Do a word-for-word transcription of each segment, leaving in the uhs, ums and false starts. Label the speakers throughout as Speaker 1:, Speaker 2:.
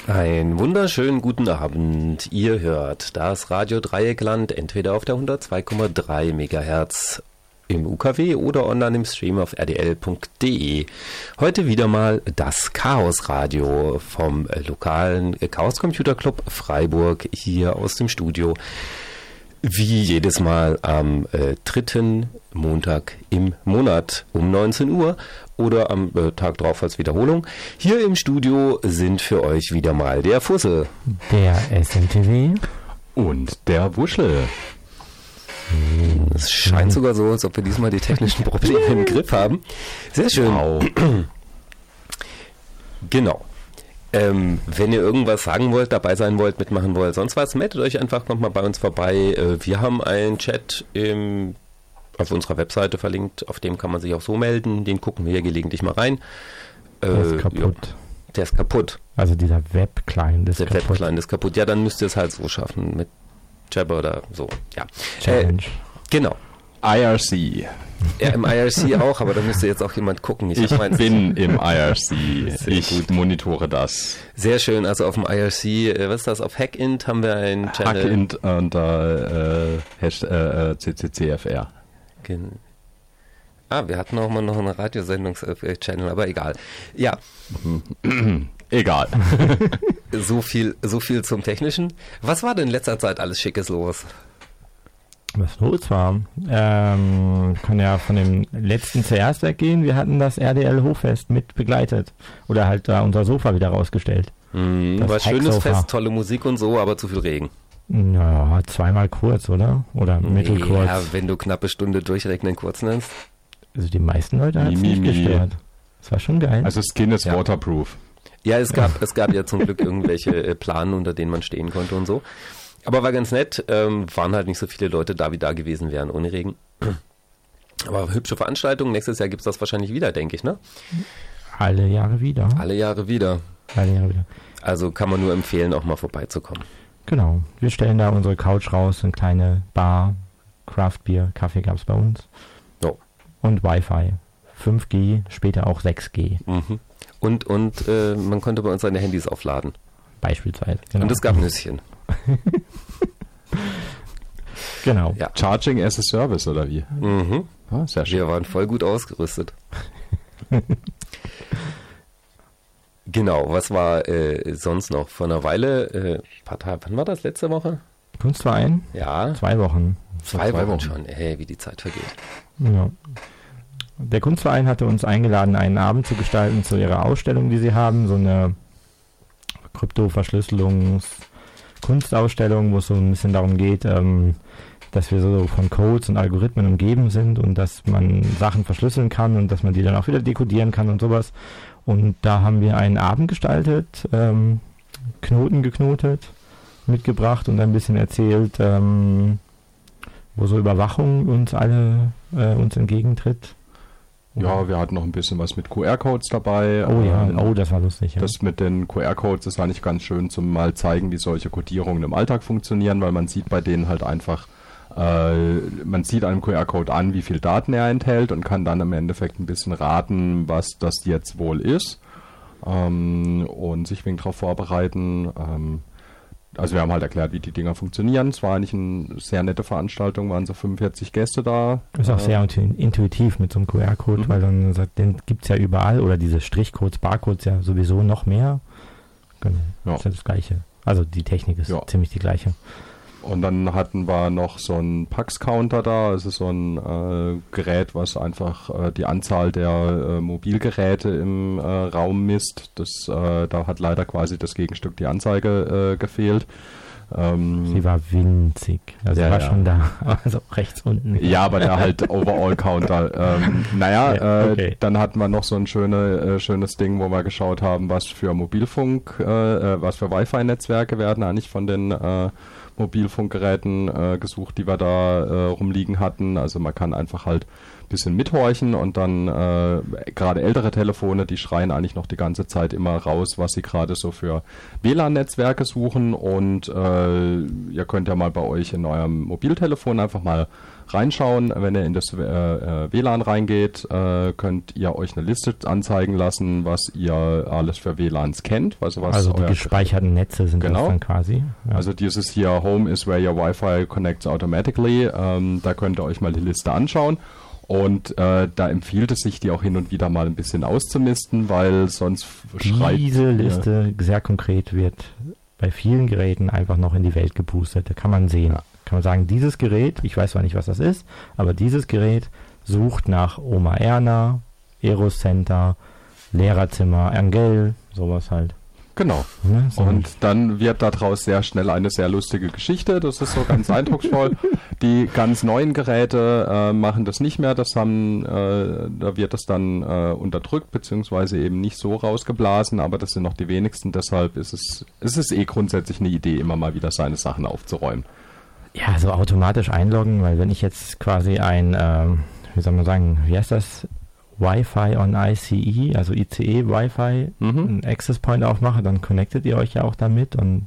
Speaker 1: Einen wunderschönen guten Abend. Ihr hört das Radio Dreieckland entweder auf der hundertzwei Komma drei Megahertz im U K W oder online im Stream auf r d l punkt d e. Heute wieder mal das Chaos-Radio vom lokalen Chaos Computer Club Freiburg hier aus dem Studio. Wie jedes Mal am äh, dritten Montag im Monat um neunzehn Uhr oder am äh, Tag drauf als Wiederholung. Hier im Studio sind für euch wieder mal der Fussel,
Speaker 2: der S M T V
Speaker 3: und der Wuschel.
Speaker 1: Es scheint sogar so, als ob wir diesmal die technischen Probleme im Griff haben. Sehr schön. Wow. Genau. Ähm, wenn ihr irgendwas sagen wollt, dabei sein wollt, mitmachen wollt, sonst was, meldet euch einfach, kommt mal bei uns vorbei. Äh, wir haben einen Chat im, auf unserer Webseite verlinkt, auf dem kann man sich auch so melden. Den gucken wir hier gelegentlich mal rein. Äh,
Speaker 2: der ist kaputt.
Speaker 1: Ja, der ist kaputt.
Speaker 2: Also dieser Web-Client ist
Speaker 1: der
Speaker 2: kaputt.
Speaker 1: Der Web-Client ist kaputt. Ja, dann müsst ihr es halt so schaffen mit Jabber oder so. Ja.
Speaker 2: Challenge.
Speaker 1: Äh, genau.
Speaker 3: I R C.
Speaker 1: Ja, im I R C auch, aber da müsste jetzt auch jemand gucken.
Speaker 3: Ich, ich bin im I R C.
Speaker 1: Sehr
Speaker 3: ich
Speaker 1: gut.
Speaker 3: monitore das.
Speaker 1: Sehr schön, also auf dem I R C, äh, was ist das, auf Hackint haben wir einen Channel.
Speaker 3: Hackint unter äh, äh, C C C F R.
Speaker 1: Gen- ah, wir hatten auch mal noch einen Radiosendungs-Channel, aber egal. Ja.
Speaker 3: Egal.
Speaker 1: so viel, so viel zum Technischen. Was war denn in letzter Zeit alles Schickes los?
Speaker 2: Was los war? Ähm, kann ja von dem letzten zuerst weggehen. Wir hatten das R D L Hochfest mit begleitet. Oder halt da unser Sofa wieder rausgestellt.
Speaker 1: Mm, war schönes Fest, tolle Musik und so, aber zu viel Regen.
Speaker 2: Ja, zweimal kurz, oder? Oder mittelkurz.
Speaker 1: Ja, wenn du knappe Stunde durchrechnen kurz nennst.
Speaker 2: Also die meisten Leute hat es nicht gestört. Das war schon geil.
Speaker 3: Also Skin ist
Speaker 1: ja.
Speaker 3: waterproof.
Speaker 1: Ja, es gab, es gab ja zum Glück irgendwelche äh, Planen, unter denen man stehen konnte und so. Aber war ganz nett, ähm, waren halt nicht so viele Leute da, wie da gewesen wären ohne Regen. Aber hübsche Veranstaltung, nächstes Jahr gibt es das wahrscheinlich wieder, denke ich, ne?
Speaker 2: Alle Jahre wieder.
Speaker 1: Alle Jahre wieder.
Speaker 2: Alle Jahre wieder.
Speaker 1: Also kann man nur empfehlen, auch mal vorbeizukommen.
Speaker 2: Genau, wir stellen da unsere Couch raus, eine kleine Bar, Craftbier, Kaffee gab es bei uns.
Speaker 1: Oh.
Speaker 2: Und Wi-Fi, fünf G, später auch sechs G.
Speaker 1: Mhm. Und, und äh, man konnte bei uns seine Handys aufladen.
Speaker 2: Beispielsweise. Genau.
Speaker 1: Und es gab Nüsschen.
Speaker 2: Genau.
Speaker 3: Ja. Charging as a Service, oder wie?
Speaker 1: Mhm.
Speaker 3: Ah, sehr schön.
Speaker 1: Wir waren voll gut ausgerüstet. Genau, was war äh, sonst noch? Vor einer Weile, äh, paar Tage, wann war das, letzte Woche?
Speaker 2: Kunstverein?
Speaker 1: Ja.
Speaker 2: Zwei Wochen.
Speaker 1: Zwei,
Speaker 3: zwei
Speaker 1: Wochen,
Speaker 3: Wochen
Speaker 1: schon. Hey, wie die Zeit vergeht.
Speaker 2: Ja. Der Kunstverein hatte uns eingeladen, einen Abend zu gestalten zu ihrer Ausstellung, die sie haben. So eine Krypto-Verschlüsselungs-Kunstausstellung, wo es so ein bisschen darum geht, ähm, dass wir so von Codes und Algorithmen umgeben sind und dass man Sachen verschlüsseln kann und dass man die dann auch wieder dekodieren kann und sowas. Und da haben wir einen Abend gestaltet, ähm, Knoten geknotet, mitgebracht und ein bisschen erzählt, ähm, wo so Überwachung uns alle äh, uns entgegentritt.
Speaker 3: Ja, wir hatten noch ein bisschen was mit Q R-Codes dabei.
Speaker 2: Oh ja,
Speaker 3: ähm,
Speaker 2: oh, das war lustig. Ja.
Speaker 3: Das mit den Q R-Codes ist eigentlich ganz schön zum mal zeigen, wie solche Codierungen im Alltag funktionieren, weil man sieht bei denen halt einfach, äh, man sieht einem Q R-Code an, wie viel Daten er enthält und kann dann im Endeffekt ein bisschen raten, was das jetzt wohl ist, ähm, und sich wegen darauf vorbereiten. Ähm, Also wir haben halt erklärt, wie die Dinger funktionieren. Es war eigentlich eine sehr nette Veranstaltung, waren so fünfundvierzig Gäste da.
Speaker 2: Ist auch sehr intuitiv mit so einem Q R-Code, mhm. weil dann sagt, den gibt es ja überall oder diese Strichcodes, Barcodes ja sowieso noch mehr. Genau, ja. Ist ja das Gleiche. Also die Technik ist ja ziemlich die gleiche.
Speaker 3: Und dann hatten wir noch so einen Pax-Counter da, also so ein äh, Gerät, was einfach äh, die Anzahl der äh, Mobilgeräte im äh, Raum misst. Das, äh, da hat leider quasi das Gegenstück, die Anzeige, äh, gefehlt. Ähm,
Speaker 2: Sie war winzig, also
Speaker 3: ja,
Speaker 2: war
Speaker 3: ja.
Speaker 2: schon da, also rechts unten.
Speaker 3: Ja, aber der halt Overall-Counter. Ähm, naja,
Speaker 2: ja, okay.
Speaker 3: äh, dann hatten wir noch so ein schöne, äh, schönes Ding, wo wir geschaut haben, was für Mobilfunk, äh, was für Wi-Fi-Netzwerke werden eigentlich von den äh, Mobilfunkgeräten äh, gesucht, die wir da äh, rumliegen hatten. Also man kann einfach halt bisschen mithorchen und dann äh, gerade ältere Telefone, die schreien eigentlich noch die ganze Zeit immer raus, was sie gerade so für W L A N-Netzwerke suchen und äh, ihr könnt ja mal bei euch in eurem Mobiltelefon einfach mal reinschauen. Wenn ihr in das äh, W L A N reingeht, äh, könnt ihr euch eine Liste anzeigen lassen, was ihr alles für W L A Ns kennt. Also, was
Speaker 2: also die gespeicherten Netze sind
Speaker 3: genau.
Speaker 2: das dann quasi. Ja.
Speaker 3: Also dieses hier Home is where your Wi-Fi connects automatically. Ähm, da könnt ihr euch mal die Liste anschauen. Und äh, da empfiehlt es sich, die auch hin und wieder mal ein bisschen auszumisten, weil sonst schreit...
Speaker 2: Diese Liste sehr konkret wird bei vielen Geräten einfach noch in die Welt geboostet. Da kann man sehen. Ja. Kann man sagen, dieses Gerät, ich weiß zwar nicht, was das ist, aber dieses Gerät sucht nach Oma Erna, Eros Center, Lehrerzimmer, Angel, sowas halt.
Speaker 3: Genau.
Speaker 2: Ja, so.
Speaker 3: Und dann wird daraus sehr schnell eine sehr lustige Geschichte. Das ist so ganz eindrucksvoll. Die ganz neuen Geräte äh, machen das nicht mehr. Das haben, äh, da wird das dann äh, unterdrückt, beziehungsweise eben nicht so rausgeblasen, aber das sind noch die wenigsten. Deshalb ist es, es ist eh grundsätzlich eine Idee, immer mal wieder seine Sachen aufzuräumen.
Speaker 2: Ja, so automatisch einloggen, weil wenn ich jetzt quasi ein, ähm, wie soll man sagen, wie heißt das? Wi-Fi on I C E, also I C E Wi-Fi, mhm. einen Access Point aufmache, dann connectet ihr euch ja auch damit und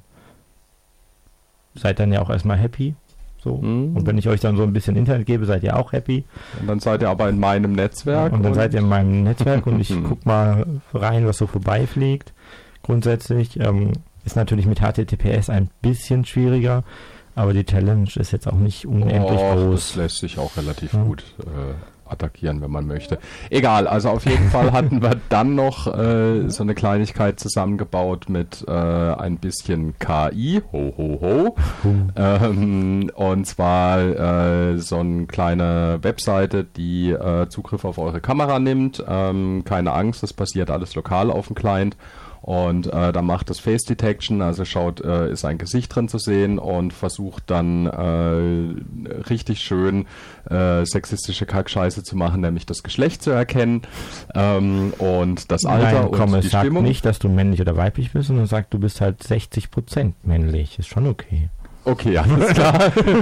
Speaker 2: seid dann ja auch erstmal happy. So. Mhm. Und wenn ich euch dann so ein bisschen Internet gebe, seid ihr auch happy.
Speaker 3: Und dann seid ihr aber in meinem Netzwerk.
Speaker 2: Und dann und seid ihr in meinem Netzwerk und ich guck mal rein, was so vorbeifliegt. Grundsätzlich ähm, ist natürlich mit H T T P S ein bisschen schwieriger, aber die Challenge ist jetzt auch nicht unendlich oh, groß.
Speaker 3: Das lässt sich auch relativ ja. gut äh, attackieren, wenn man möchte. Egal, also auf jeden Fall hatten wir dann noch äh, so eine Kleinigkeit zusammengebaut mit äh, ein bisschen K I, ho ho ho, hm. ähm, und zwar äh, so eine kleine Webseite, die äh, Zugriff auf eure Kamera nimmt. Ähm, keine Angst, das passiert alles lokal auf dem Client. Und äh, da macht das Face Detection, also schaut, äh, ist ein Gesicht drin zu sehen und versucht dann äh, richtig schön äh, sexistische Kackscheiße zu machen, nämlich das Geschlecht zu erkennen ähm, und das Alter.
Speaker 2: Nein, komm,
Speaker 3: und
Speaker 2: es
Speaker 3: die
Speaker 2: sagt
Speaker 3: Stimmung.
Speaker 2: Nicht, dass du männlich oder weiblich bist, sondern sagt, du bist halt sechzig Prozent männlich. Ist schon okay.
Speaker 3: Okay, alles klar.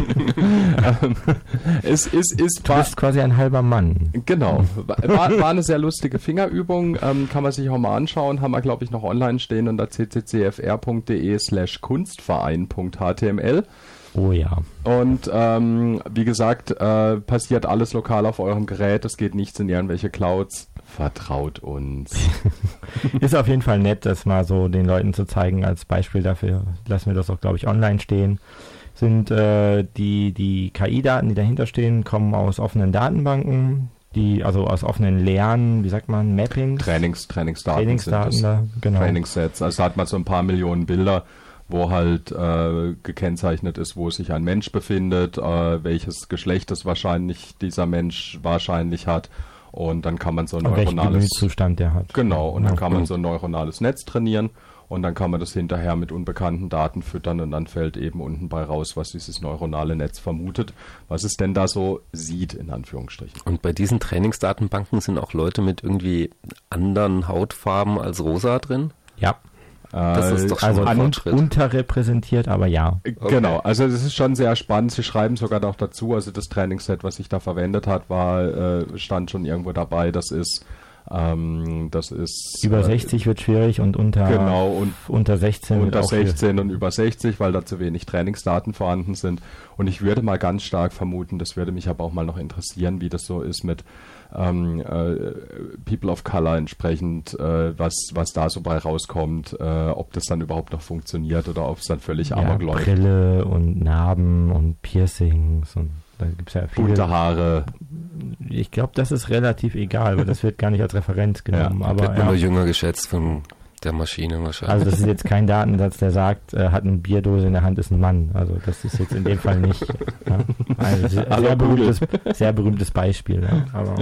Speaker 3: ähm, es ist, ist,
Speaker 2: du bist quasi ein halber Mann.
Speaker 3: Genau. War, war eine sehr lustige Fingerübung. Ähm, kann man sich auch mal anschauen. Haben wir, glaube ich, noch online stehen unter c c c f r punkt d e slash kunstverein punkt h t m l.
Speaker 2: Oh ja.
Speaker 3: Und ähm, wie gesagt, äh, passiert alles lokal auf eurem Gerät. Es geht nichts in irgendwelche Clouds. Vertraut uns.
Speaker 2: Ist auf jeden Fall nett, das mal so den Leuten zu zeigen als Beispiel dafür. Lassen wir das auch, glaube ich, online stehen. Sind äh, die, die K I-Daten, die dahinter stehen, kommen aus offenen Datenbanken, die, also aus offenen Lernen, wie sagt man, Mappings?
Speaker 3: Trainings, Trainingsdaten,
Speaker 2: Trainingsdaten
Speaker 3: sind
Speaker 2: das, da, genau.
Speaker 3: Trainingssets. Also hat man so ein paar Millionen Bilder, wo halt äh, gekennzeichnet ist, wo sich ein Mensch befindet, äh, welches Geschlecht es wahrscheinlich dieser Mensch wahrscheinlich hat. Und dann kann man so ein
Speaker 2: und
Speaker 3: neuronales
Speaker 2: Zustand der hat.
Speaker 3: Genau, und dann
Speaker 2: ja.
Speaker 3: kann man so ein neuronales Netz trainieren und dann kann man das hinterher mit unbekannten Daten füttern und dann fällt eben unten bei raus, was dieses neuronale Netz vermutet, was es denn da so sieht, in Anführungsstrichen.
Speaker 1: Und bei diesen Trainingsdatenbanken sind auch Leute mit irgendwie anderen Hautfarben als rosa drin?
Speaker 2: Ja.
Speaker 1: Das ist doch schon
Speaker 2: also
Speaker 1: ein Fortschritt.
Speaker 2: Unterrepräsentiert, aber ja.
Speaker 3: Genau, also das ist schon sehr spannend. Sie schreiben sogar noch dazu, also das Trainingsset, was sich da verwendet hat, war äh, stand schon irgendwo dabei. Das ist ähm, das ist
Speaker 2: über sechzig äh, wird schwierig und unter
Speaker 3: genau und
Speaker 2: unter sechzehn
Speaker 3: unter
Speaker 2: wird auch
Speaker 3: sechzehn und über sechzig, weil da zu wenig Trainingsdaten vorhanden sind. Und ich würde mal ganz stark vermuten, das würde mich aber auch mal noch interessieren, wie das so ist mit Ähm, äh, People of Color entsprechend, äh, was, was da so bei rauskommt, äh, ob das dann überhaupt noch funktioniert oder ob es dann völlig
Speaker 2: ja,
Speaker 3: amok läuft.
Speaker 2: Brille und Narben und Piercings und da gibt es ja viele.
Speaker 3: Bunte Haare.
Speaker 2: Ich glaube, das ist relativ egal, weil das wird gar nicht als Referenz genommen.
Speaker 1: Ja,
Speaker 2: aber
Speaker 1: wird
Speaker 2: ja.
Speaker 1: nur jünger geschätzt von der Maschine wahrscheinlich.
Speaker 2: Also das ist jetzt kein Datensatz, der sagt, äh, hat eine Bierdose in der Hand, ist ein Mann. Also das ist jetzt in dem Fall nicht. Ja. Also sehr, sehr, berühmtes, sehr berühmtes Beispiel. Ja. Aber,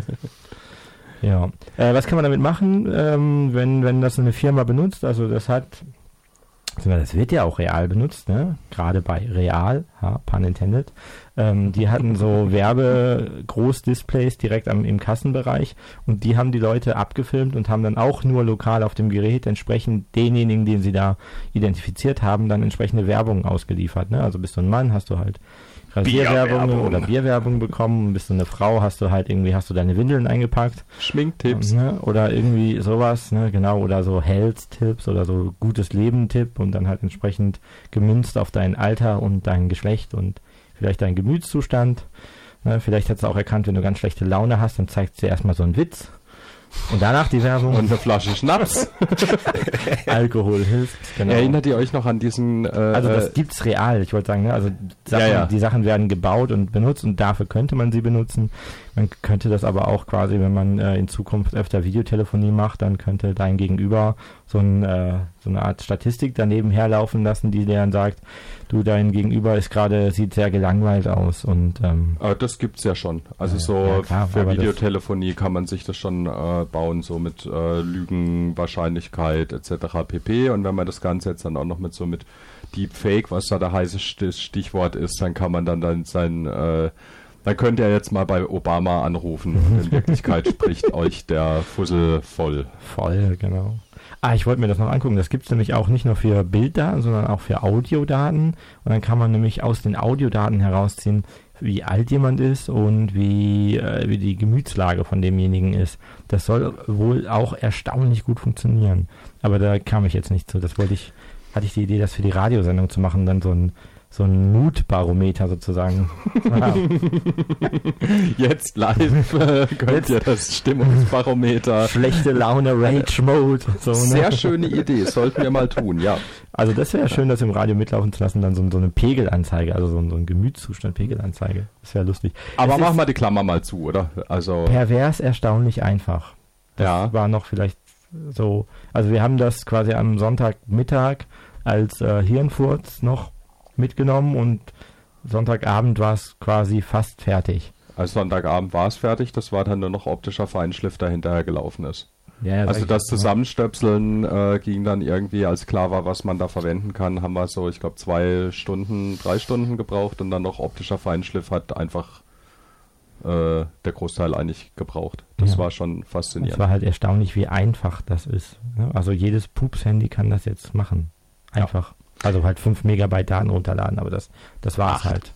Speaker 2: ja. Äh, was kann man damit machen, ähm, wenn, wenn das eine Firma benutzt? Also das hat, das wird ja auch real benutzt, ne? Gerade bei Real ja, pun intended, ähm, die hatten so Werbe-Großdisplays direkt am, im Kassenbereich und die haben die Leute abgefilmt und haben dann auch nur lokal auf dem Gerät entsprechend denjenigen, den sie da identifiziert haben, dann entsprechende Werbung ausgeliefert. Ne? Also bist du ein Mann, hast du halt Rasierwerbung
Speaker 3: Bierwerbung.
Speaker 2: oder Bierwerbung bekommen, bist du eine Frau, hast du halt irgendwie, hast du deine Windeln eingepackt.
Speaker 3: Schminktipps.
Speaker 2: Ne? Oder irgendwie sowas, ne? Genau, oder so Health-Tipps oder so gutes Leben-Tipp und dann halt entsprechend gemünzt auf dein Alter und dein Geschlecht und vielleicht deinen Gemütszustand. Ne? Vielleicht hat es auch erkannt, wenn du ganz schlechte Laune hast, dann zeigt sie erstmal so einen Witz. Und danach die Werbung.
Speaker 3: Und eine Flasche Schnaps.
Speaker 2: Alkohol hilft. Genau.
Speaker 3: Erinnert ihr euch noch an diesen... Äh,
Speaker 2: Also das gibt's real, ich wollte sagen, ne? Also Sachen,
Speaker 3: Ja, ja.
Speaker 2: die Sachen werden gebaut und benutzt und dafür könnte man sie benutzen. Man könnte das aber auch quasi, wenn man äh, in Zukunft öfter Videotelefonie macht, dann könnte dein Gegenüber so, ein, äh, so eine Art Statistik daneben herlaufen lassen, die dir dann sagt, du, dein Gegenüber ist gerade, sieht sehr gelangweilt aus und ähm,
Speaker 3: äh, das gibt's ja schon. Also
Speaker 2: Ja,
Speaker 3: so
Speaker 2: ja, klar,
Speaker 3: für
Speaker 2: aber das-
Speaker 3: Videotelefonie kann man sich das schon äh, bauen, so mit äh, Lügen, Wahrscheinlichkeit et cetera pp. Und wenn man das Ganze jetzt dann auch noch mit so mit Deepfake, was da der heiße Sti- Stichwort ist, dann kann man dann, dann sein... Äh, dann könnt ihr jetzt mal bei Obama anrufen. In Wirklichkeit spricht euch der Fussel voll.
Speaker 2: voll, genau. Ah, ich wollte mir das noch angucken. Das gibt's nämlich auch nicht nur für Bilddaten, sondern auch für Audiodaten. Und dann kann man nämlich aus den Audiodaten herausziehen, wie alt jemand ist und wie, äh, wie die Gemütslage von demjenigen ist. Das soll wohl auch erstaunlich gut funktionieren. Aber da kam ich jetzt nicht zu. Das wollte ich, hatte ich die Idee, das für die Radiosendung zu machen, dann so ein so ein Mutbarometer sozusagen. Ah.
Speaker 3: Jetzt live äh, könnt
Speaker 2: Jetzt.
Speaker 3: ihr das Stimmungsbarometer.
Speaker 2: Schlechte Laune, Rage Mode. So, ne?
Speaker 3: Sehr schöne Idee, sollten wir mal tun, ja.
Speaker 2: Also das wäre schön, das im Radio mitlaufen zu lassen, dann so, so eine Pegelanzeige, also so, ein- so ein Gemütszustand Pegelanzeige. Das wäre lustig.
Speaker 3: Aber
Speaker 2: Es
Speaker 3: mach
Speaker 2: ist
Speaker 3: mal die Klammer mal zu, oder? Also,
Speaker 2: pervers erstaunlich einfach. Das
Speaker 3: ja.
Speaker 2: war noch vielleicht so, also wir haben das quasi am Sonntagmittag als äh, Hirnfurz noch mitgenommen und Sonntagabend war es quasi fast fertig.
Speaker 3: Also Sonntagabend war es fertig, das war dann nur noch optischer Feinschliff, der hinterher gelaufen ist.
Speaker 2: Ja, ja,
Speaker 3: Also
Speaker 2: sag
Speaker 3: das
Speaker 2: ich, ja.
Speaker 3: Zusammenstöpseln äh, ging dann irgendwie, als klar war, was man da verwenden kann, haben wir so, ich glaube, zwei Stunden, drei Stunden gebraucht und dann noch optischer Feinschliff hat einfach äh, der Großteil eigentlich gebraucht. Das
Speaker 2: Ja.
Speaker 3: war schon
Speaker 2: Es
Speaker 3: faszinierend.
Speaker 2: war halt erstaunlich, wie einfach das ist. ne? Also jedes Pups-Handy kann das jetzt machen. Einfach. Also halt fünf Megabyte Daten runterladen, aber das, das war es halt.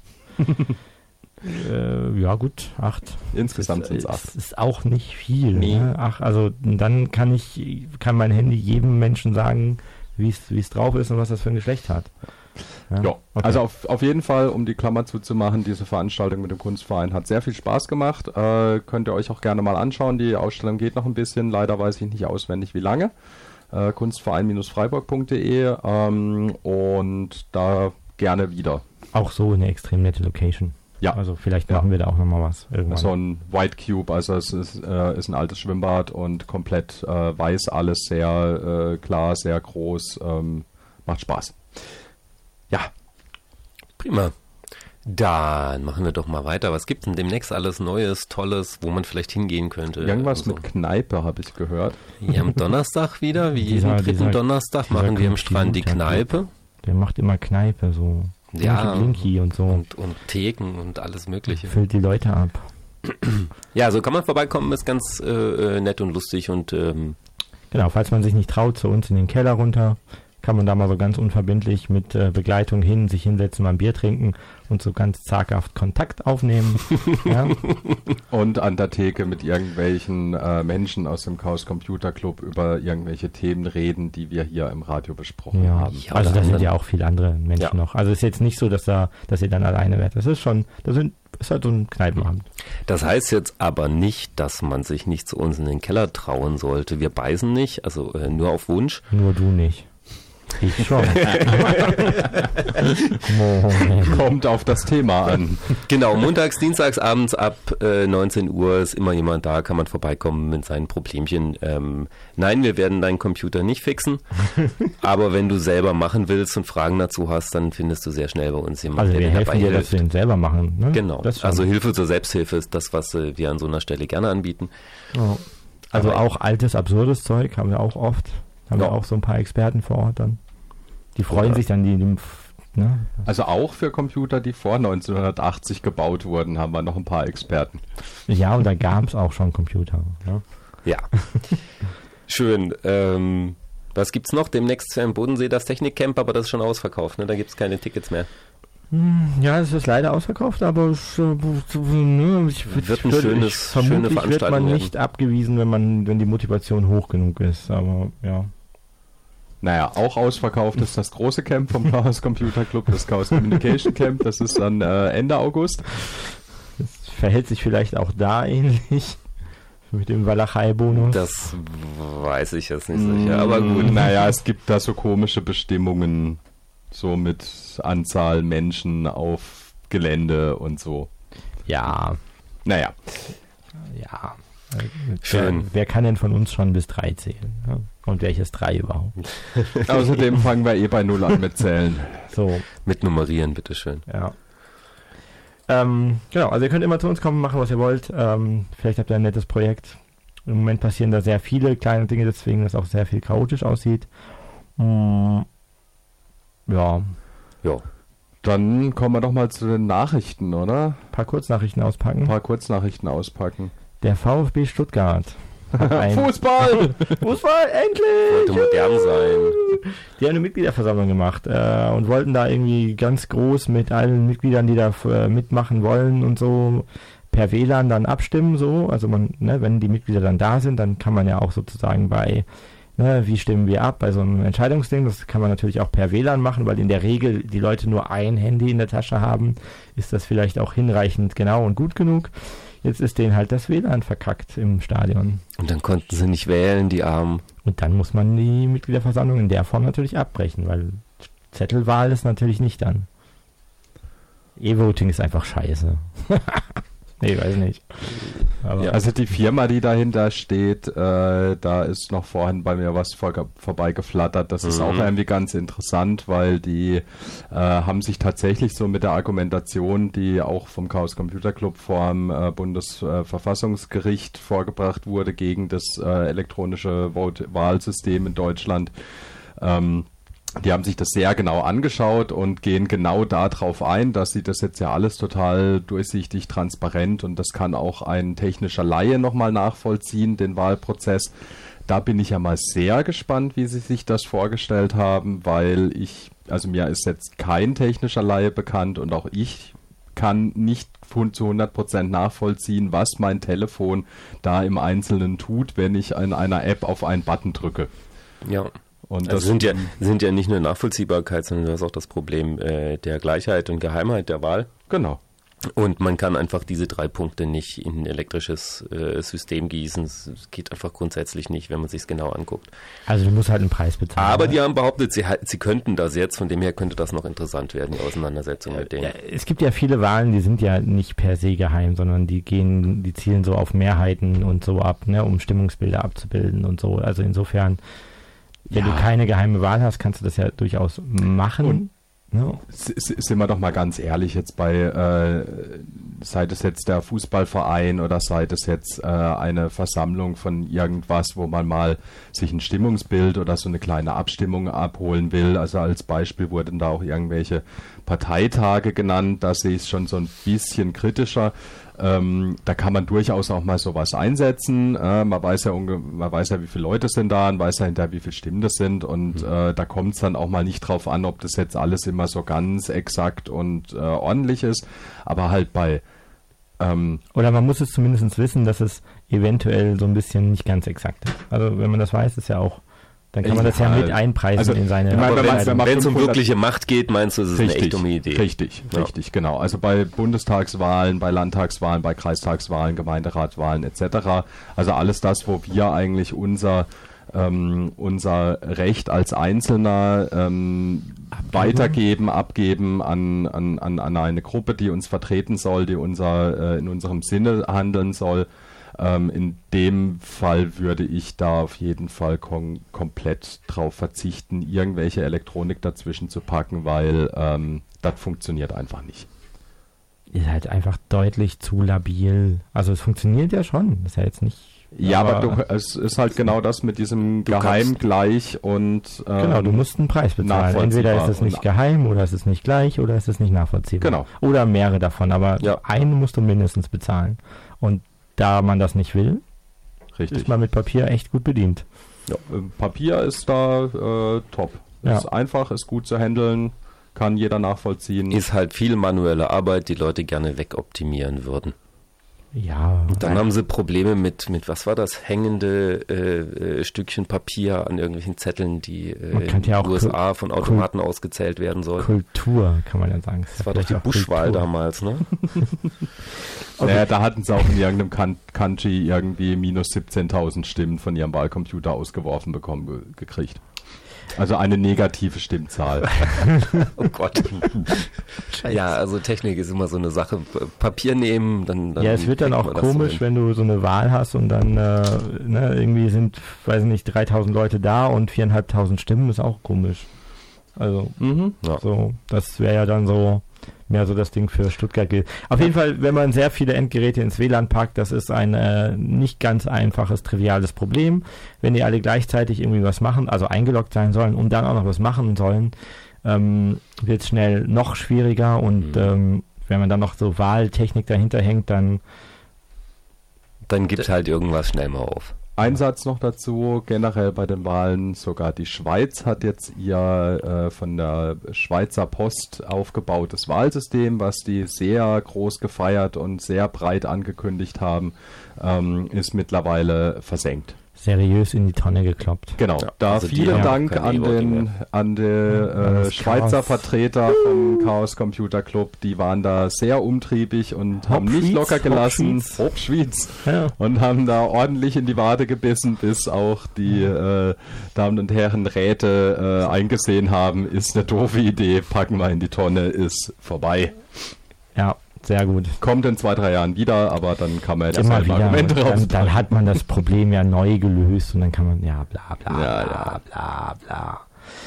Speaker 2: äh, ja gut, acht.
Speaker 3: Insgesamt sind es
Speaker 2: Das
Speaker 3: acht.
Speaker 2: ist auch nicht viel.
Speaker 3: Nee.
Speaker 2: Ne? Ach, also dann kann ich, kann mein Handy jedem Menschen sagen, wie es wie es drauf ist und was das für ein Geschlecht hat. Ja,
Speaker 3: Ja,
Speaker 2: okay.
Speaker 3: also auf, auf jeden Fall, um die Klammer zuzumachen, diese Veranstaltung mit dem Kunstverein hat sehr viel Spaß gemacht. Äh, könnt ihr euch auch gerne mal anschauen. Die Ausstellung geht noch ein bisschen. Leider weiß ich nicht auswendig, wie lange. Äh, kunstverein freiburg punkt de ähm, und da gerne wieder.
Speaker 2: Auch so eine extrem nette Location.
Speaker 3: Ja.
Speaker 2: Also vielleicht
Speaker 3: Ja.
Speaker 2: machen wir da auch nochmal was irgendwann.
Speaker 3: So ein White Cube, also es ist, äh, ist ein altes Schwimmbad und komplett äh, weiß alles, sehr äh, klar, sehr groß, ähm, macht Spaß. Ja,
Speaker 1: Prima. Dann machen wir doch mal weiter. Was gibt's denn demnächst alles Neues, Tolles, wo man vielleicht hingehen könnte?
Speaker 3: irgendwas
Speaker 1: Also,
Speaker 3: mit Kneipe habe ich gehört.
Speaker 1: ja, am Donnerstag wieder, wie jeden
Speaker 2: Dieser-
Speaker 1: dritten
Speaker 2: dieser-
Speaker 1: Donnerstag,
Speaker 2: dieser
Speaker 1: machen wir am Strand die
Speaker 2: Computer-
Speaker 1: Kneipe.
Speaker 2: Der macht immer Kneipe, so
Speaker 1: Ja,
Speaker 2: Blinky, Blinky und so.
Speaker 1: Und, und Theken und alles Mögliche.
Speaker 2: Füllt die Leute ab.
Speaker 1: Ja, so kann man vorbeikommen, ist ganz äh, äh, nett und lustig und ähm,
Speaker 2: Genau, falls man sich nicht traut, zu uns in den Keller runter, kann man da mal so ganz unverbindlich mit äh, Begleitung hin, sich hinsetzen, mal ein Bier trinken und so ganz zaghaft Kontakt aufnehmen. ja.
Speaker 3: Und an der Theke mit irgendwelchen äh, Menschen aus dem Chaos Computer Club über irgendwelche Themen reden, die wir hier im Radio besprochen
Speaker 2: Ja.
Speaker 3: haben.
Speaker 1: Ja,
Speaker 2: Also
Speaker 1: oder
Speaker 2: da sind
Speaker 1: anderen-
Speaker 2: ja auch viele andere Menschen
Speaker 1: Ja.
Speaker 2: noch. Also es ist jetzt nicht so, dass da, dass ihr dann alleine werdet. Das ist schon, das sind, ist halt so ein Kneipenabend.
Speaker 1: das heißt jetzt aber nicht, dass man sich nicht zu uns in den Keller trauen sollte. Wir beißen nicht, also äh, nur auf Wunsch.
Speaker 2: Nur du nicht. Ich schon. Moment.
Speaker 3: Kommt auf das Thema an.
Speaker 1: Genau, montags, dienstags abends ab äh, neunzehn Uhr ist immer jemand da, kann man vorbeikommen mit seinen Problemchen. Ähm, nein, wir werden deinen Computer nicht fixen, aber wenn du selber machen willst und Fragen dazu hast, dann findest du sehr schnell bei uns jemanden,
Speaker 2: Also
Speaker 1: der
Speaker 2: wir
Speaker 1: dir
Speaker 2: helfen
Speaker 1: dabei
Speaker 2: dir, dass
Speaker 1: hilft.
Speaker 2: wir ihn selber machen. Ne?
Speaker 1: Genau,
Speaker 2: Das schon.
Speaker 1: also Hilfe zur Selbsthilfe ist das, was äh, wir an so einer Stelle gerne anbieten.
Speaker 2: Ja. Also
Speaker 1: Aber-
Speaker 2: auch altes, absurdes Zeug haben wir auch oft. Haben
Speaker 1: Ja.
Speaker 2: wir auch so ein paar Experten vor Ort dann. Die freuen
Speaker 1: Ja.
Speaker 2: sich dann, die, die Ne?
Speaker 3: Also auch für Computer, die vor neunzehnhundertachtzig gebaut wurden, haben wir noch ein paar Experten.
Speaker 2: Ja, und da gab es auch schon Computer. Ne?
Speaker 1: Ja. Schön. Ähm, was gibt's noch? Demnächst im Bodensee das Technikcamp, aber das ist schon ausverkauft, ne? Da gibt's keine Tickets mehr.
Speaker 2: Ja, es ist leider ausverkauft, aber es, äh, ne, ich,
Speaker 1: wird ein
Speaker 2: ich,
Speaker 1: schönes,
Speaker 2: ich, vermutlich
Speaker 1: schöne Veranstaltung
Speaker 2: wird man
Speaker 1: werden.
Speaker 2: nicht abgewiesen, wenn man, wenn die Motivation hoch genug ist, aber ja.
Speaker 3: Naja, auch ausverkauft ist das große Camp vom Chaos Computer Club, das Chaos Communication Camp, das ist dann äh, Ende August.
Speaker 2: Das verhält sich vielleicht auch da ähnlich mit dem Walachei-Bonus.
Speaker 1: Das weiß ich jetzt nicht sicher, aber gut.
Speaker 3: Naja, es gibt da so komische Bestimmungen, so mit Anzahl Menschen auf Gelände und so.
Speaker 2: Ja.
Speaker 3: Naja.
Speaker 2: Ja.
Speaker 1: Schön.
Speaker 2: Wer, wer kann denn von uns schon bis drei zählen? Ja? Und welches drei überhaupt?
Speaker 3: Außerdem fangen wir eh bei Null an mit Zählen.
Speaker 2: So.
Speaker 1: Mit Nummerieren, bitteschön.
Speaker 2: Ja. Ähm, genau, also ihr könnt immer zu uns kommen, machen, was ihr wollt. Ähm, vielleicht habt ihr ein nettes Projekt. Im Moment passieren da sehr viele kleine Dinge, deswegen das auch sehr viel chaotisch aussieht. Mm, ja.
Speaker 1: Ja.
Speaker 3: Dann kommen wir doch mal zu den Nachrichten, oder?
Speaker 2: Ein paar Kurznachrichten auspacken.
Speaker 3: Ein paar Kurznachrichten auspacken.
Speaker 2: Der VfB Stuttgart hat ein
Speaker 3: Fußball!
Speaker 2: Fußball, endlich!
Speaker 1: Sollte modern sein.
Speaker 2: Die haben eine Mitgliederversammlung gemacht äh, und wollten da irgendwie ganz groß mit allen Mitgliedern, die da äh, mitmachen wollen und so, per W L A N dann abstimmen, so. Also man, ne, wenn die Mitglieder dann da sind, dann kann man ja auch sozusagen bei, ne, wie stimmen wir ab, bei so einem Entscheidungsding, das kann man natürlich auch per W L A N machen, weil in der Regel die Leute nur ein Handy in der Tasche haben, ist das vielleicht auch hinreichend genau und gut genug. Jetzt ist denen halt das W L A N verkackt im Stadion.
Speaker 1: Und dann konnten sie nicht wählen, die Armen.
Speaker 2: Und dann muss man die Mitgliederversammlung in der Form natürlich abbrechen, weil Zettelwahl ist natürlich nicht dann. E-Voting ist einfach scheiße. Nee, weiß nicht. Aber
Speaker 3: Ja, also die Firma, die dahinter steht, äh, da ist noch vorhin bei mir was vor, vorbeigeflattert. Das ist
Speaker 1: Mhm.
Speaker 3: auch irgendwie ganz interessant, weil die äh, haben sich tatsächlich so mit der Argumentation, die auch vom Chaos Computer Club vor dem äh, Bundesverfassungsgericht vorgebracht wurde gegen das äh, elektronische Vote- Wahlsystem in Deutschland, ähm, die haben sich das sehr genau angeschaut und gehen genau darauf ein, dass sie das jetzt ja alles total durchsichtig, transparent und das kann auch ein technischer Laie nochmal nachvollziehen, den Wahlprozess. Da bin ich ja mal sehr gespannt, wie sie sich das vorgestellt haben, weil ich, also mir ist jetzt kein technischer Laie bekannt und auch ich kann nicht zu hundert Prozent nachvollziehen, was mein Telefon da im Einzelnen tut, wenn ich in einer App auf einen Button drücke.
Speaker 1: Ja.
Speaker 3: Und
Speaker 1: Das
Speaker 3: das
Speaker 1: sind ja, sind ja nicht nur Nachvollziehbarkeit, sondern du hast auch das Problem äh, der Gleichheit und Geheimheit der Wahl.
Speaker 3: Genau.
Speaker 1: Und man kann einfach diese drei Punkte nicht in ein elektrisches äh, System gießen. Es geht einfach grundsätzlich nicht, wenn man sich es genau anguckt.
Speaker 2: also du musst halt einen Preis bezahlen.
Speaker 1: Aber die haben behauptet, sie, sie könnten das jetzt. Von dem her könnte das noch interessant werden, die Auseinandersetzung mit denen.
Speaker 2: Ja, es gibt ja viele Wahlen, die sind ja nicht per se geheim, sondern die gehen, die zielen so auf Mehrheiten und so ab, ne, um Stimmungsbilder abzubilden und so. Also insofern, wenn
Speaker 3: Ja.
Speaker 2: du keine geheime Wahl hast, kannst du das ja durchaus machen.
Speaker 3: Und-
Speaker 2: ne?
Speaker 3: S- s- Sind wir doch mal ganz ehrlich jetzt bei, äh, sei das jetzt der Fußballverein oder sei das jetzt äh, eine Versammlung von irgendwas, wo man mal sich ein Stimmungsbild oder so eine kleine Abstimmung abholen will. Also als Beispiel wurden da auch irgendwelche Parteitage genannt, da sehe ich es schon so ein bisschen kritischer. Ähm, da kann man durchaus auch mal sowas einsetzen. Äh, man weiß ja unge man weiß ja, wie viele Leute sind da und weiß ja hinterher, wie viele Stimmen das sind. Und
Speaker 1: Mhm.
Speaker 3: äh, da kommt es dann auch mal nicht drauf an, ob das jetzt alles immer so ganz exakt und äh, ordentlich ist. Aber halt bei ähm,
Speaker 2: Oder man muss es zumindest wissen, dass es eventuell so ein bisschen nicht ganz exakt ist. Also wenn man das weiß, ist ja auch, dann kann man das ja
Speaker 3: Ja,
Speaker 2: mit einpreisen
Speaker 3: also,
Speaker 2: in seine
Speaker 3: ich meine,
Speaker 1: Aber
Speaker 3: wenn man-
Speaker 1: wenn
Speaker 3: wenn man
Speaker 1: es um
Speaker 3: fünfhundert
Speaker 1: wirkliche Macht geht, meinst du, es ist eine echt dumme Idee.
Speaker 3: Richtig,
Speaker 1: Ja.
Speaker 3: richtig, genau. Also bei Bundestagswahlen, bei Landtagswahlen, bei Kreistagswahlen, Gemeinderatswahlen et cetera. Also alles das, wo wir eigentlich unser ähm, unser Recht als Einzelner ähm, weitergeben, abgeben an, an, an, an eine Gruppe, die uns vertreten soll, die unser, äh, in unserem Sinne handeln soll. Ähm, in dem Fall würde ich da auf jeden Fall kom komplett drauf verzichten, irgendwelche Elektronik dazwischen zu packen, weil ähm, das funktioniert einfach nicht.
Speaker 2: ist halt einfach deutlich zu labil. Also es funktioniert ja schon. Das ist ja jetzt nicht
Speaker 3: Ja, aber, aber du, es ist halt genau das mit diesem geheim, gleich und
Speaker 2: ähm, genau, du musst einen Preis bezahlen. Entweder ist es nicht geheim oder ist es nicht gleich oder ist es nicht nachvollziehbar.
Speaker 3: Genau.
Speaker 2: Oder mehrere davon, aber
Speaker 3: ja.
Speaker 2: einen musst du mindestens bezahlen. Und da man das nicht will,
Speaker 3: Richtig.
Speaker 2: ist man mit Papier echt gut bedient.
Speaker 3: Ja, Papier ist da äh, top.
Speaker 2: Ja.
Speaker 3: Ist einfach, ist gut zu handeln, kann jeder nachvollziehen.
Speaker 1: Ist halt viel manuelle Arbeit, die Leute gerne wegoptimieren würden.
Speaker 2: Ja.
Speaker 1: Und dann haben sie Probleme mit, mit was war das, hängende äh, äh, Stückchen Papier an irgendwelchen Zetteln, die äh, in den
Speaker 2: ja
Speaker 1: U S A von Automaten Kul- ausgezählt werden sollen.
Speaker 2: Kultur, kann man ja sagen.
Speaker 1: Das, das war doch die Buschwahl Kultur. damals, ne?
Speaker 3: Okay. Naja, da hatten sie auch in irgendeinem kan- Country irgendwie minus siebzehntausend Stimmen von ihrem Wahlcomputer ausgeworfen bekommen ge- gekriegt. Also eine negative Stimmzahl.
Speaker 1: Oh Gott. Ja, also Technik ist immer so eine Sache. Papier nehmen, dann... dann
Speaker 2: ja, es wird dann auch komisch, so wenn du so eine Wahl hast und dann äh, ne, irgendwie sind, weiß nicht, dreitausend Leute da und viertausendfünfhundert Stimmen, ist auch komisch. Also,
Speaker 3: mhm.
Speaker 2: ja. so, das wäre ja dann so mehr so das Ding für Stuttgart gilt. Auf jeden Fall, wenn man sehr viele Endgeräte ins W L A N packt, das ist ein äh, nicht ganz einfaches, triviales Problem. Wenn die alle gleichzeitig irgendwie was machen, also eingeloggt sein sollen und dann auch noch was machen sollen, ähm, wird es schnell noch schwieriger und mhm. ähm, wenn man dann noch so Wahltechnik dahinter hängt, dann
Speaker 1: dann gibt halt irgendwas schnell mal auf.
Speaker 3: Ein Satz noch dazu, generell bei den Wahlen, sogar die Schweiz hat jetzt ihr äh, von der Schweizer Post aufgebautes Wahlsystem, was die sehr groß gefeiert und sehr breit angekündigt haben, ähm, ist mittlerweile versenkt.
Speaker 2: Seriös in die Tonne gekloppt.
Speaker 3: Genau,
Speaker 1: ja,
Speaker 3: da
Speaker 1: also
Speaker 3: vielen Dank an den, an den äh, Schweizer Chaos. Vertreter vom Chaos Computer Club, die waren da sehr umtriebig und haben nicht locker gelassen,
Speaker 2: Hochschwyz.
Speaker 3: ja. und haben da ordentlich in die Wade gebissen, bis auch die äh, Damen und Herren Räte äh, eingesehen haben, ist eine doofe Idee, packen wir in die Tonne, ist vorbei.
Speaker 2: Ja. Sehr gut.
Speaker 3: Kommt in zwei, drei Jahren wieder, aber dann kann man ja das
Speaker 2: halt Argument raus. Dann, dann hat man das Problem ja neu gelöst und dann kann man, ja, bla bla
Speaker 3: ja,
Speaker 2: bla
Speaker 3: ja.
Speaker 2: bla bla.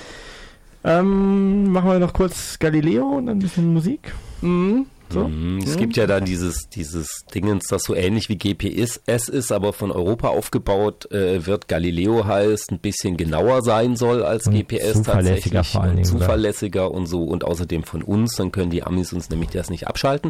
Speaker 2: Ähm, machen wir noch kurz Galileo und ein bisschen Musik.
Speaker 3: Mhm.
Speaker 2: So?
Speaker 1: Mhm. Es gibt ja dann dieses, dieses Dingens, das so ähnlich wie G P S ist, aber von Europa aufgebaut äh, wird. Galileo heißt, ein bisschen genauer sein soll als
Speaker 2: und
Speaker 1: G P S
Speaker 2: zuverlässiger
Speaker 1: tatsächlich.
Speaker 2: Vor allen Dingen,
Speaker 1: zuverlässiger und so und außerdem von uns, dann können die Amis uns nämlich das nicht abschalten.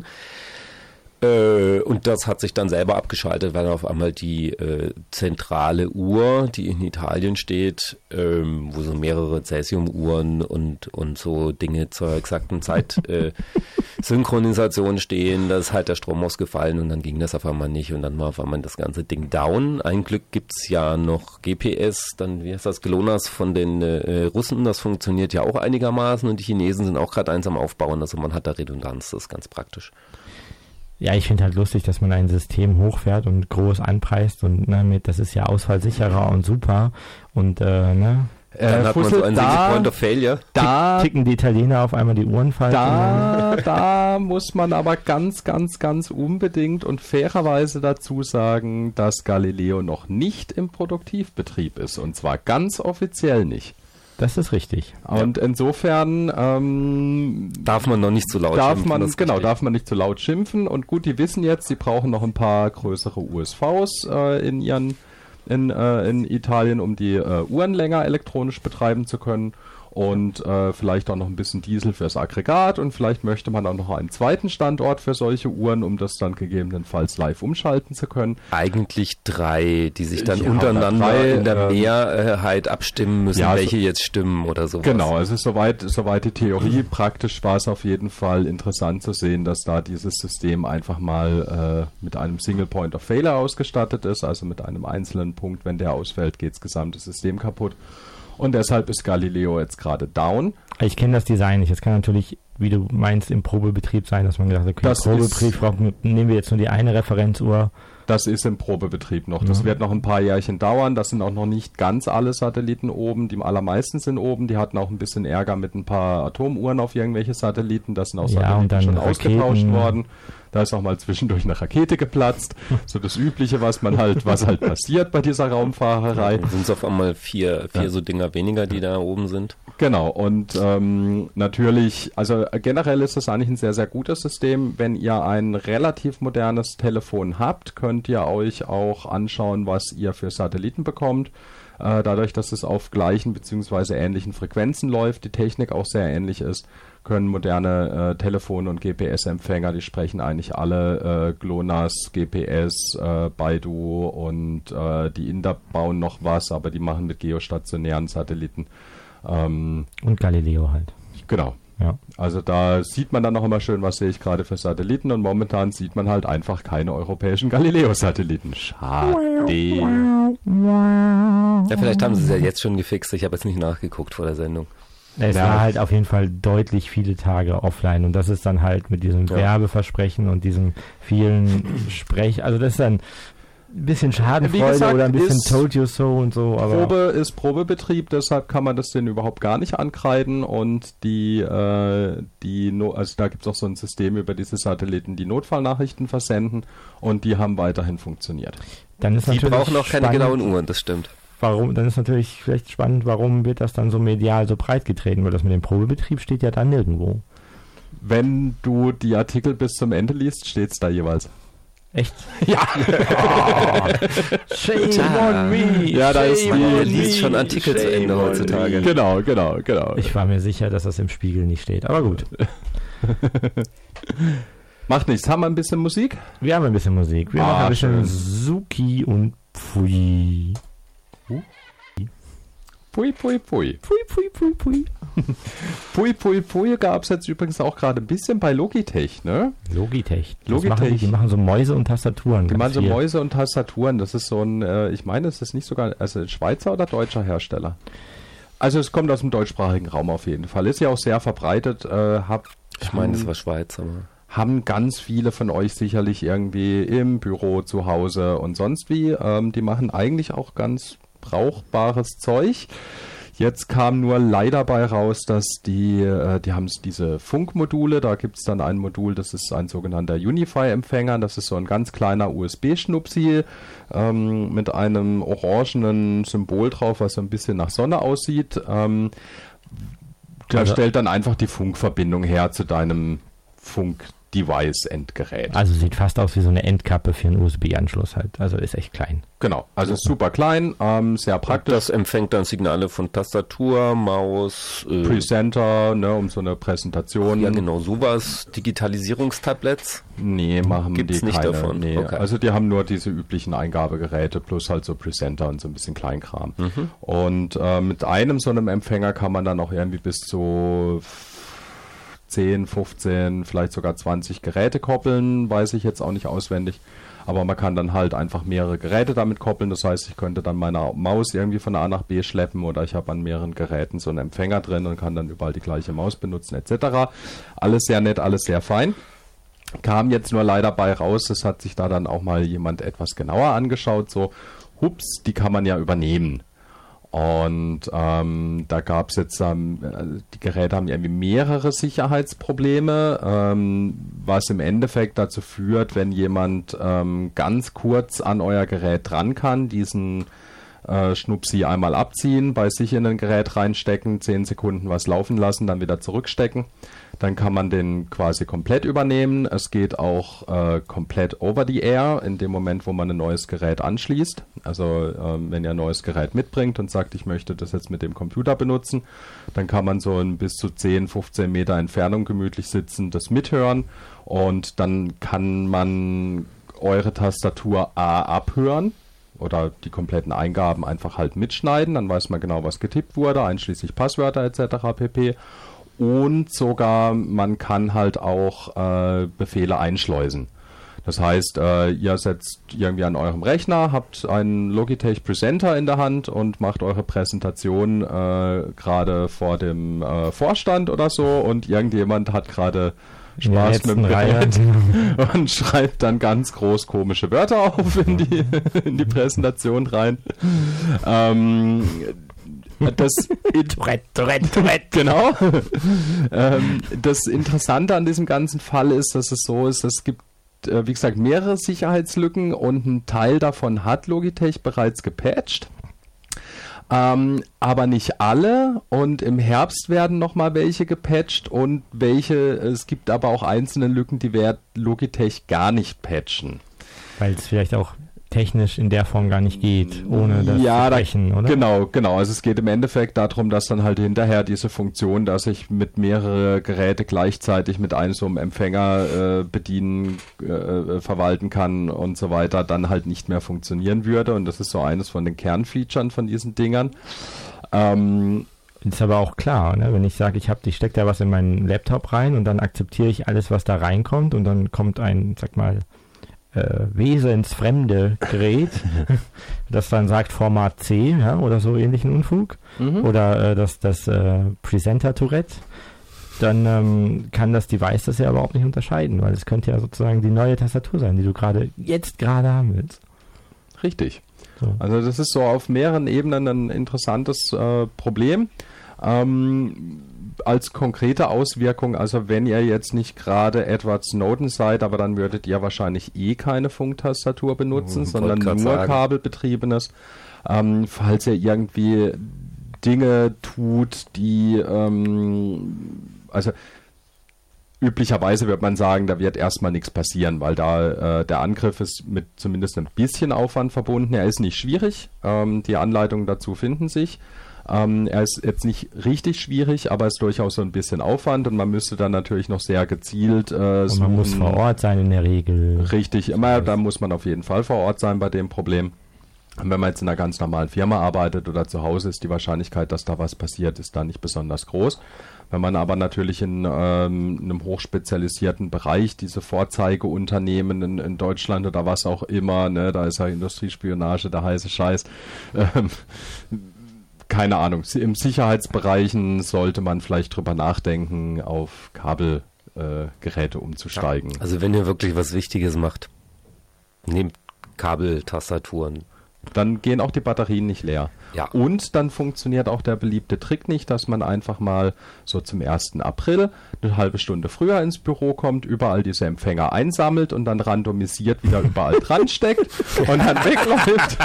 Speaker 1: Äh, und das hat sich dann selber abgeschaltet, weil auf einmal die äh, zentrale Uhr, die in Italien steht, ähm, wo so mehrere Cäsium-Uhren und, und so Dinge zur exakten Zeit äh, Synchronisation stehen, da ist halt der Strom ausgefallen und dann ging das auf einmal nicht und dann war auf einmal das ganze Ding down. Ein Glück gibt's ja noch G P S, dann wie heißt das, GLONASS von den äh, Russen, das funktioniert ja auch einigermaßen und die Chinesen sind auch gerade eins am Aufbauen, also man hat da Redundanz, das ist ganz praktisch.
Speaker 2: Ja, ich finde halt lustig, dass man ein System hochfährt und groß anpreist und ne, mit, das ist ja ausfallsicherer und super und äh, ne.
Speaker 1: Dann äh, hat man so einen
Speaker 3: da,
Speaker 1: Point of Failure.
Speaker 3: Da
Speaker 2: ticken die Italiener auf einmal die Uhren falsch.
Speaker 3: Da, da muss man aber ganz, ganz, ganz unbedingt und fairerweise dazu sagen, dass Galileo noch nicht im Produktivbetrieb ist und zwar ganz offiziell nicht.
Speaker 2: Das ist richtig.
Speaker 3: Und ja. insofern ähm,
Speaker 1: darf man noch nicht zu laut
Speaker 3: darf
Speaker 1: schimpfen.
Speaker 3: Man, genau,
Speaker 1: verstehe.
Speaker 3: darf man nicht zu laut schimpfen. Und gut, die wissen jetzt, sie brauchen noch ein paar größere U S Vs äh, in ihren in, äh, in Italien, um die äh, Uhren länger elektronisch betreiben zu können. Und äh, vielleicht auch noch ein bisschen Diesel fürs Aggregat und vielleicht möchte man auch noch einen zweiten Standort für solche Uhren, um das dann gegebenenfalls live umschalten zu können.
Speaker 1: Eigentlich drei, die sich dann
Speaker 3: Ja,
Speaker 1: untereinander
Speaker 3: drei,
Speaker 1: in der
Speaker 3: ähm,
Speaker 1: Mehrheit abstimmen müssen,
Speaker 3: ja,
Speaker 1: welche
Speaker 3: so,
Speaker 1: jetzt stimmen oder sowas.
Speaker 3: Genau, es ist soweit, soweit die Theorie. Praktisch war es auf jeden Fall interessant zu sehen, dass da dieses System einfach mal äh, mit einem Single Point of Failure ausgestattet ist, also mit einem einzelnen Punkt, wenn der ausfällt, geht das gesamte System kaputt. Und deshalb ist Galileo jetzt gerade down.
Speaker 2: Ich kenne das Design nicht. Es kann natürlich, wie du meinst, im Probebetrieb sein, dass man gesagt hat, okay,
Speaker 3: das
Speaker 2: Probebetrieb brauchen, nehmen wir jetzt nur die eine Referenzuhr.
Speaker 3: Das ist im Probebetrieb noch. Das ja. wird noch ein paar Jährchen dauern. Das sind auch noch nicht ganz alle Satelliten oben. Die allermeisten sind oben. Die hatten auch ein bisschen Ärger mit ein paar Atomuhren auf irgendwelche Satelliten. Das sind auch
Speaker 2: ja,
Speaker 3: Satelliten schon
Speaker 2: Raketen.
Speaker 3: ausgetauscht worden. Da ist auch mal zwischendurch eine Rakete geplatzt. So das Übliche, was man halt, was halt passiert bei dieser Raumfahrerei.
Speaker 1: Ja, sind es auf einmal vier, vier ja. so Dinger weniger, die da oben sind.
Speaker 3: Genau. Und äh, ähm, natürlich, also generell ist das eigentlich ein sehr, sehr gutes System. Wenn ihr ein relativ modernes Telefon habt, könnt ihr euch auch anschauen, was ihr für Satelliten bekommt. Äh, dadurch, dass es auf gleichen bzw. ähnlichen Frequenzen läuft, die Technik auch sehr ähnlich ist, können moderne äh, Telefone und G P S-Empfänger, die sprechen eigentlich alle äh, GLONASS, G P S, äh, Baidu und äh, die Inder bauen noch was, aber die machen mit geostationären Satelliten. Ähm,
Speaker 2: und Galileo halt.
Speaker 3: Genau.
Speaker 2: Ja.
Speaker 3: Also da sieht man dann noch immer schön, was sehe ich gerade für Satelliten, und momentan sieht man halt einfach keine europäischen Galileo-Satelliten. Schade.
Speaker 1: Ja, vielleicht haben sie es ja jetzt schon gefixt. Ich habe jetzt nicht nachgeguckt vor der Sendung.
Speaker 2: Es
Speaker 3: Ja.
Speaker 2: war halt auf jeden Fall deutlich viele Tage offline, und das ist dann halt mit diesem
Speaker 1: Ja.
Speaker 2: Werbeversprechen und diesem vielen Sprech, also das ist dann ein bisschen Schadenfreude
Speaker 3: Wie gesagt,
Speaker 2: oder ein bisschen
Speaker 3: ist
Speaker 2: told you so und so, aber
Speaker 3: Probe ist Probebetrieb, deshalb kann man das denen überhaupt gar nicht ankreiden, und die, äh, die no- also da gibt es auch so ein System über diese Satelliten, die Notfallnachrichten versenden, und die haben weiterhin funktioniert.
Speaker 2: dann ist
Speaker 1: Die
Speaker 2: natürlich
Speaker 1: brauchen auch keine
Speaker 2: spannend,
Speaker 1: genauen Uhren, das stimmt.
Speaker 2: Warum, dann ist natürlich vielleicht spannend, warum wird das dann so medial so breit getreten, weil das mit dem Probebetrieb steht ja dann nirgendwo.
Speaker 3: Wenn du die Artikel bis zum Ende liest, steht es da jeweils.
Speaker 2: Echt?
Speaker 3: Ja.
Speaker 2: Oh, shame
Speaker 1: Tja.
Speaker 2: on me!
Speaker 3: Ja, da ist
Speaker 1: Man
Speaker 3: die-
Speaker 1: liest schon Artikel zu Ende
Speaker 2: Shame on
Speaker 1: heutzutage.
Speaker 2: me.
Speaker 3: Genau, genau, genau.
Speaker 2: Ich war mir sicher, dass das im Spiegel nicht steht, aber gut.
Speaker 3: Macht nichts. Haben wir ein bisschen Musik?
Speaker 2: Wir haben ein bisschen Musik. Wir
Speaker 3: Ah,
Speaker 2: machen ein bisschen
Speaker 3: schön.
Speaker 2: Suki und Pfui.
Speaker 3: Pui, pui, pui.
Speaker 2: Pfui, pfui, pfui, pfui.
Speaker 3: Pui, pui, pui gab es jetzt übrigens auch gerade ein bisschen bei Logitech, ne?
Speaker 2: Logitech. Das
Speaker 3: Logitech.
Speaker 2: Machen die, die machen so Mäuse und Tastaturen.
Speaker 3: Die
Speaker 2: ganz
Speaker 3: machen so
Speaker 2: viel.
Speaker 3: Mäuse und Tastaturen. Das ist so ein, äh, ich meine, es ist nicht sogar, also ein Schweizer oder deutscher Hersteller. Also es kommt aus dem deutschsprachigen Raum auf jeden Fall. Ist ja auch sehr verbreitet. Äh, hab,
Speaker 1: Ich meine, das
Speaker 3: haben-
Speaker 1: war Schweiz, aber...
Speaker 3: haben ganz viele von euch sicherlich irgendwie im Büro, zu Hause und sonst wie. Ähm, die machen eigentlich auch ganz brauchbares Zeug. Jetzt kam nur leider bei raus, dass die, äh, die haben diese Funkmodule, da gibt es dann ein Modul, das ist ein sogenannter Unify-Empfänger, das ist so ein ganz kleiner U S B-Schnupsi ähm, mit einem orangenen Symbol drauf, was so ein bisschen nach Sonne aussieht. Ähm, der
Speaker 2: Also-
Speaker 3: stellt dann einfach die Funkverbindung her zu deinem Funk-Device-Endgerät.
Speaker 2: Also sieht fast aus wie so eine Endkappe für einen U S B-Anschluss halt. Also ist echt klein.
Speaker 3: Genau, also super klein, ähm, sehr praktisch.
Speaker 1: Das empfängt dann Signale von Tastatur, Maus, äh,
Speaker 3: Presenter, ne, um so eine Präsentation.
Speaker 1: ja genau, sowas, Digitalisierungstablets.
Speaker 3: Nee, machen
Speaker 1: Gibt's
Speaker 3: die
Speaker 1: nicht
Speaker 3: keine.
Speaker 1: davon?
Speaker 3: Nee.
Speaker 1: Okay.
Speaker 3: Also die haben nur diese üblichen Eingabegeräte plus halt so Presenter und so ein bisschen Kleinkram. Und äh, mit einem so einem Empfänger kann man dann auch irgendwie bis zu zehn, fünfzehn, vielleicht sogar zwanzig Geräte koppeln, weiß ich jetzt auch nicht auswendig. Aber man kann dann halt einfach mehrere Geräte damit koppeln. Das heißt, ich könnte dann meine Maus irgendwie von A nach B schleppen, oder ich habe an mehreren Geräten so einen Empfänger drin und kann dann überall die gleiche Maus benutzen et cetera. Alles sehr nett, alles sehr fein. Kam jetzt nur leider bei raus, es hat sich da dann auch mal jemand etwas genauer angeschaut, so, hups, die kann man ja übernehmen. Und ähm, da gab es jetzt, ähm, die Geräte haben irgendwie mehrere Sicherheitsprobleme, ähm, was im Endeffekt dazu führt, wenn jemand ähm, ganz kurz an euer Gerät dran kann, diesen äh, Schnupsi einmal abziehen, bei sich in ein Gerät reinstecken, zehn Sekunden was laufen lassen, dann wieder zurückstecken. Dann kann man den quasi komplett übernehmen. Es geht auch äh, komplett over the air in dem Moment, wo man ein neues Gerät anschließt. Also ähm, wenn ihr ein neues Gerät mitbringt und sagt, ich möchte das jetzt mit dem Computer benutzen, dann kann man so in bis zu zehn, fünfzehn Meter Entfernung gemütlich sitzen, das mithören, und dann kann man eure Tastatur A abhören oder die kompletten Eingaben einfach halt mitschneiden. Dann weiß man genau, was getippt wurde, einschließlich Passwörter et cetera pp. Und sogar, man kann halt auch äh, Befehle einschleusen. Das heißt, äh, ihr setzt irgendwie an eurem Rechner, habt einen Logitech Presenter in der Hand und macht eure Präsentation äh, gerade vor dem äh, Vorstand oder so, und irgendjemand hat gerade
Speaker 2: In der
Speaker 3: Spaß mit
Speaker 2: letzten
Speaker 3: dem
Speaker 2: Reihe.
Speaker 3: Gerät und schreibt dann ganz groß komische Wörter auf in die, in die Präsentation rein. Ähm, das
Speaker 2: Tourette, Tourette, Tourette.
Speaker 3: Genau. ähm, das Interessante an diesem ganzen Fall ist, dass es so ist, es gibt, äh, wie gesagt, mehrere Sicherheitslücken, und ein Teil davon hat Logitech bereits gepatcht. Ähm, aber nicht alle, und im Herbst werden nochmal welche gepatcht und welche, es gibt aber auch einzelne Lücken, die wird Logitech gar nicht patchen.
Speaker 2: Weil es vielleicht auch technisch in der Form gar nicht geht, ohne das
Speaker 3: ja,
Speaker 2: zu brechen,
Speaker 3: da,
Speaker 2: oder?
Speaker 3: Genau, genau. Also es geht im Endeffekt darum, dass dann halt hinterher diese Funktion, dass ich mit mehrere Geräte gleichzeitig mit einem so einem Empfänger äh, bedienen, äh, verwalten kann und so weiter, dann halt nicht mehr funktionieren würde. Und das ist so eines von den Kernfeatures von diesen Dingern. Ähm,
Speaker 2: ist aber auch klar, ne? Wenn ich sage, ich habe, ich stecke da was in meinen Laptop rein und dann akzeptiere ich alles, was da reinkommt, und dann kommt ein, sag mal, äh, wesensfremde Gerät, das dann sagt Format C, ja, oder so ähnlichen Unfug, mhm. oder äh, das, das äh, Presenter-Tourette, dann ähm, kann das Device das ja überhaupt nicht unterscheiden, weil es könnte ja sozusagen die neue Tastatur sein, die du gerade jetzt gerade haben willst.
Speaker 3: Richtig.
Speaker 2: So.
Speaker 3: Also das ist so auf mehreren Ebenen ein interessantes äh, Problem. Ähm, als konkrete Auswirkung, also wenn ihr jetzt nicht gerade Edward Snowden seid, aber dann würdet ihr wahrscheinlich eh keine Funktastatur benutzen,
Speaker 1: ich
Speaker 3: sondern nur
Speaker 1: sagen.
Speaker 3: kabelbetriebenes. Ähm, falls ihr irgendwie Dinge tut, die ähm, also üblicherweise wird man sagen, da wird erstmal nichts passieren, weil da äh, der Angriff ist mit zumindest ein bisschen Aufwand verbunden. Er ist nicht schwierig, ähm, die Anleitungen dazu finden sich. Ähm, er ist jetzt nicht richtig schwierig, aber ist durchaus so ein bisschen Aufwand, und man müsste dann natürlich noch sehr gezielt äh,
Speaker 2: und man muss vor Ort sein in der Regel.
Speaker 3: Richtig, immer, da muss man auf jeden Fall vor Ort sein bei dem Problem. Und wenn man jetzt in einer ganz normalen Firma arbeitet oder zu Hause, ist die Wahrscheinlichkeit, dass da was passiert, ist da nicht besonders groß. Wenn man aber natürlich in ähm, einem hochspezialisierten Bereich, diese Vorzeigeunternehmen in, in Deutschland oder was auch immer, ne, da ist ja Industriespionage der heiße Scheiß, ähm, keine Ahnung, im Sicherheitsbereichen sollte man vielleicht drüber nachdenken, auf Kabelgeräte äh, umzusteigen.
Speaker 1: Also wenn ihr wirklich was Wichtiges macht, nehmt Kabeltastaturen.
Speaker 3: Dann gehen auch die Batterien nicht leer.
Speaker 1: Ja.
Speaker 3: Und dann funktioniert auch der beliebte Trick nicht, dass man einfach mal so zum ersten April eine halbe Stunde früher ins Büro kommt, überall diese Empfänger einsammelt und dann randomisiert wieder überall dran steckt und dann wegläuft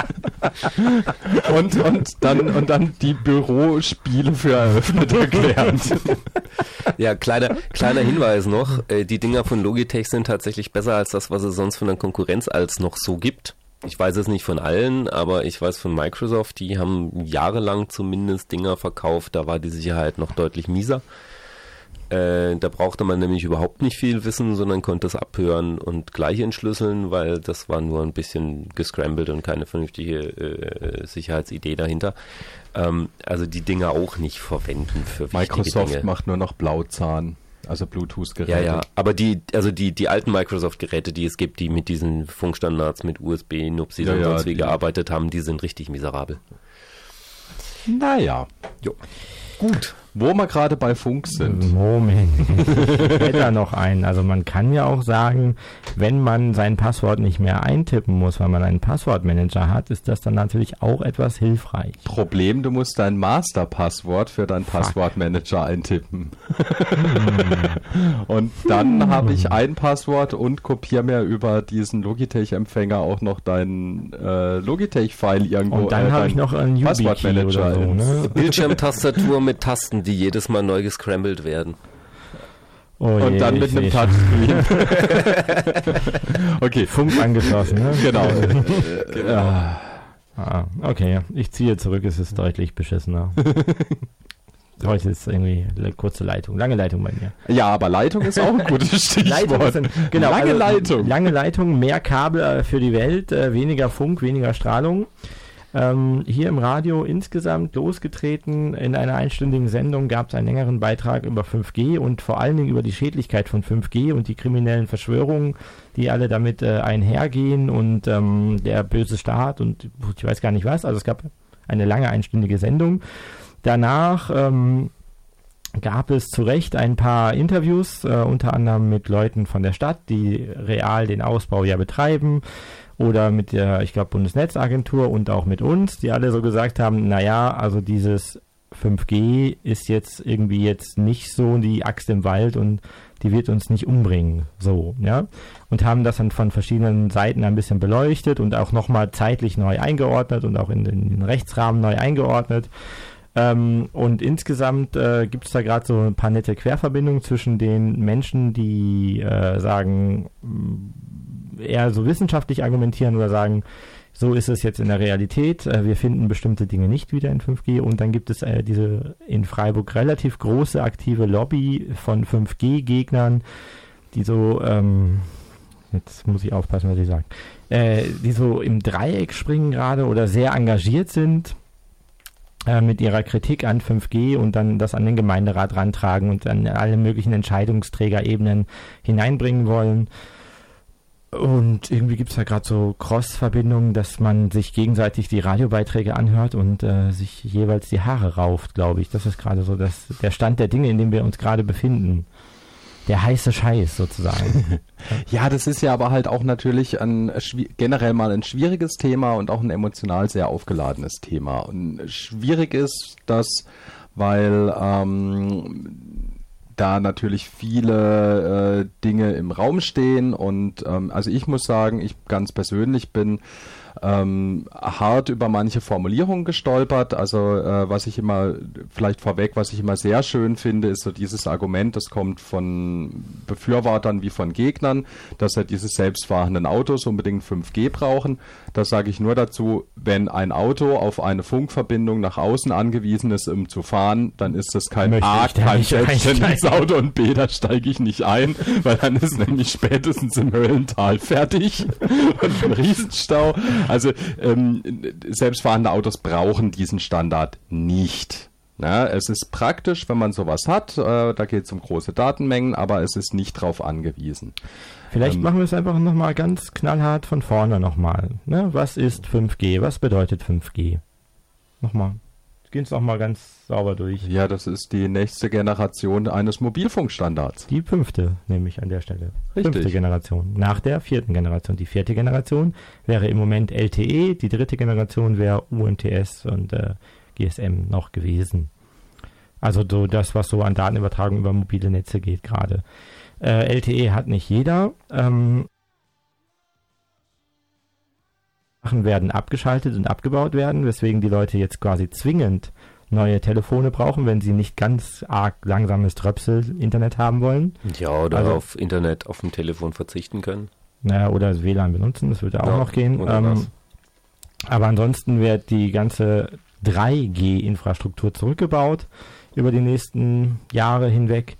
Speaker 3: und, und, dann, und dann die Bürospiele für eröffnet erklärt.
Speaker 1: Ja, kleiner, kleiner Hinweis noch, äh, die Dinger von Logitech sind tatsächlich besser als das, was es sonst von der Konkurrenz als noch so gibt. Ich weiß es nicht von allen, aber ich weiß von Microsoft, die haben jahrelang zumindest Dinger verkauft, da war die Sicherheit noch deutlich mieser. Äh, da brauchte man nämlich überhaupt nicht viel wissen, sondern konnte es abhören und gleich entschlüsseln, weil das war nur ein bisschen gescrambled und keine vernünftige äh, Sicherheitsidee dahinter. Ähm, also die Dinger auch nicht verwenden für wichtige
Speaker 3: Microsoft
Speaker 1: Dinge.
Speaker 3: macht nur noch Blauzahn. Also Bluetooth-Geräte.
Speaker 1: Ja, ja, aber die, also die, die alten Microsoft-Geräte, die es gibt, die mit diesen Funkstandards, mit U S B, Nupsis
Speaker 3: ja,
Speaker 1: und
Speaker 3: ja,
Speaker 1: sonst wie
Speaker 3: die.
Speaker 1: gearbeitet haben, die sind richtig miserabel.
Speaker 3: Naja.
Speaker 1: Jo.
Speaker 3: Gut. Wo wir gerade bei Funk sind.
Speaker 2: Moment. Ich hätte da noch einen. Also man kann ja auch sagen, wenn man sein Passwort nicht mehr eintippen muss, weil man einen Passwortmanager hat, ist das dann natürlich auch etwas hilfreich.
Speaker 3: Problem, du musst dein Masterpasswort für deinen Passwortmanager eintippen. Und dann habe ich ein Passwort und kopiere mir über diesen Logitech-Empfänger auch noch deinen äh, Logitech-File irgendwo.
Speaker 2: Und dann
Speaker 3: äh,
Speaker 2: habe ich noch einen YubiKey oder so, ne?
Speaker 1: Bildschirmtastatur mit Tasten, die jedes Mal neu gescrambled werden.
Speaker 2: Oh
Speaker 3: und
Speaker 2: je,
Speaker 3: dann mit einem Touchscreen. Okay.
Speaker 2: Funk angeschlossen, ne?
Speaker 3: Genau.
Speaker 2: genau. Ah, okay, ich ziehe zurück, es ist deutlich beschissener. Heute ist irgendwie eine kurze Leitung, lange Leitung bei mir.
Speaker 3: Ja, aber Leitung ist auch ein gutes Stichwort.
Speaker 2: Sind, genau,
Speaker 3: lange
Speaker 2: also,
Speaker 3: Leitung.
Speaker 2: Lange Leitung, mehr Kabel für die Welt, äh, weniger Funk, weniger Strahlung. Ähm, hier im Radio insgesamt losgetreten. In einer einstündigen Sendung gab es einen längeren Beitrag über fünf G und vor allen Dingen über die Schädlichkeit von fünf G und die kriminellen Verschwörungen, die alle damit äh, einhergehen, und ähm, der böse Staat und ich weiß gar nicht was. Also es gab eine lange einstündige Sendung. Danach ähm, gab es zu Recht ein paar Interviews, äh, unter anderem mit Leuten von der Stadt, die real den Ausbau ja betreiben, oder mit der, ich glaube, Bundesnetzagentur und auch mit uns, die alle so gesagt haben, naja, also dieses fünf G ist jetzt irgendwie jetzt nicht so die Axt im Wald und die wird uns nicht umbringen, so, ja, und haben das dann von verschiedenen Seiten ein bisschen beleuchtet und auch nochmal zeitlich neu eingeordnet und auch in den, in den Rechtsrahmen neu eingeordnet. Ähm, und insgesamt äh, gibt es da gerade so ein paar nette Querverbindungen zwischen den Menschen, die äh, sagen, eher so wissenschaftlich argumentieren oder sagen, so ist es jetzt in der Realität, äh, wir finden bestimmte Dinge nicht wieder in fünf G, und dann gibt es äh, diese in Freiburg relativ große aktive Lobby von fünf G-Gegnern, die so, ähm, jetzt muss ich aufpassen, was ich sage, äh, die so im Dreieck springen gerade oder sehr engagiert sind äh, mit ihrer Kritik an fünf G und dann das an den Gemeinderat rantragen und an alle möglichen Entscheidungsträgerebenen hineinbringen wollen. Und irgendwie gibt es da gerade so Cross-Verbindungen, dass man sich gegenseitig die Radiobeiträge anhört und äh, sich jeweils die Haare rauft, glaube ich. Das ist gerade so das, der Stand der Dinge, in dem wir uns gerade befinden. Der heiße Scheiß sozusagen.
Speaker 3: Ja, das ist ja aber halt auch natürlich ein generell mal ein schwieriges Thema und auch ein emotional sehr aufgeladenes Thema. Und schwierig ist das, weil ähm, da natürlich viele äh, Dinge im Raum stehen und ähm, also ich muss sagen, ich ganz persönlich bin ähm, hart über manche Formulierungen gestolpert. Also äh, was ich immer, vielleicht vorweg, was ich immer sehr schön finde, ist so dieses Argument, das kommt von Befürwortern wie von Gegnern, dass ja diese selbstfahrenden Autos unbedingt fünf G brauchen. Das sage ich nur dazu, wenn ein Auto auf eine Funkverbindung nach außen angewiesen ist, um zu fahren, dann ist das kein
Speaker 2: Möchte
Speaker 3: A,
Speaker 2: ich da
Speaker 3: kein
Speaker 2: nicht
Speaker 3: selbstständiges Auto, und B, da steige ich nicht ein, weil dann ist nämlich spätestens im Höllental fertig und ein Riesenstau. Also ähm, selbstfahrende Autos brauchen diesen Standard nicht. Ja, es ist praktisch, wenn man sowas hat, äh, da geht es um große Datenmengen, aber es ist nicht drauf angewiesen.
Speaker 2: Vielleicht
Speaker 3: ähm,
Speaker 2: machen wir es einfach nochmal ganz knallhart von vorne nochmal. Ne? Was ist fünf G? Was bedeutet fünf G? Nochmal. Gehen es nochmal ganz sauber durch.
Speaker 3: Ja, das ist die nächste Generation eines Mobilfunkstandards.
Speaker 2: Die fünfte, nämlich an der Stelle.
Speaker 3: Richtig.
Speaker 2: Fünfte Generation. Nach der vierten Generation. Die vierte Generation wäre im Moment L T E, die dritte Generation wäre U M T S und äh, G S M noch gewesen. Also so das, was so an Datenübertragung über mobile Netze geht gerade. Äh, L T E hat nicht jeder. Ähm, Sachen werden abgeschaltet und abgebaut werden, weswegen die Leute jetzt quasi zwingend neue Telefone brauchen, wenn sie nicht ganz arg langsames Tröpsel-Internet haben wollen.
Speaker 1: Ja, oder
Speaker 2: Also,
Speaker 1: auf Internet auf dem Telefon verzichten können.
Speaker 2: Naja, oder das W L A N benutzen, das würde auch
Speaker 1: Ja,
Speaker 2: noch gehen.
Speaker 1: oder
Speaker 2: Ähm,
Speaker 1: was.
Speaker 2: aber ansonsten wird die ganze drei G-Infrastruktur zurückgebaut über die nächsten Jahre hinweg.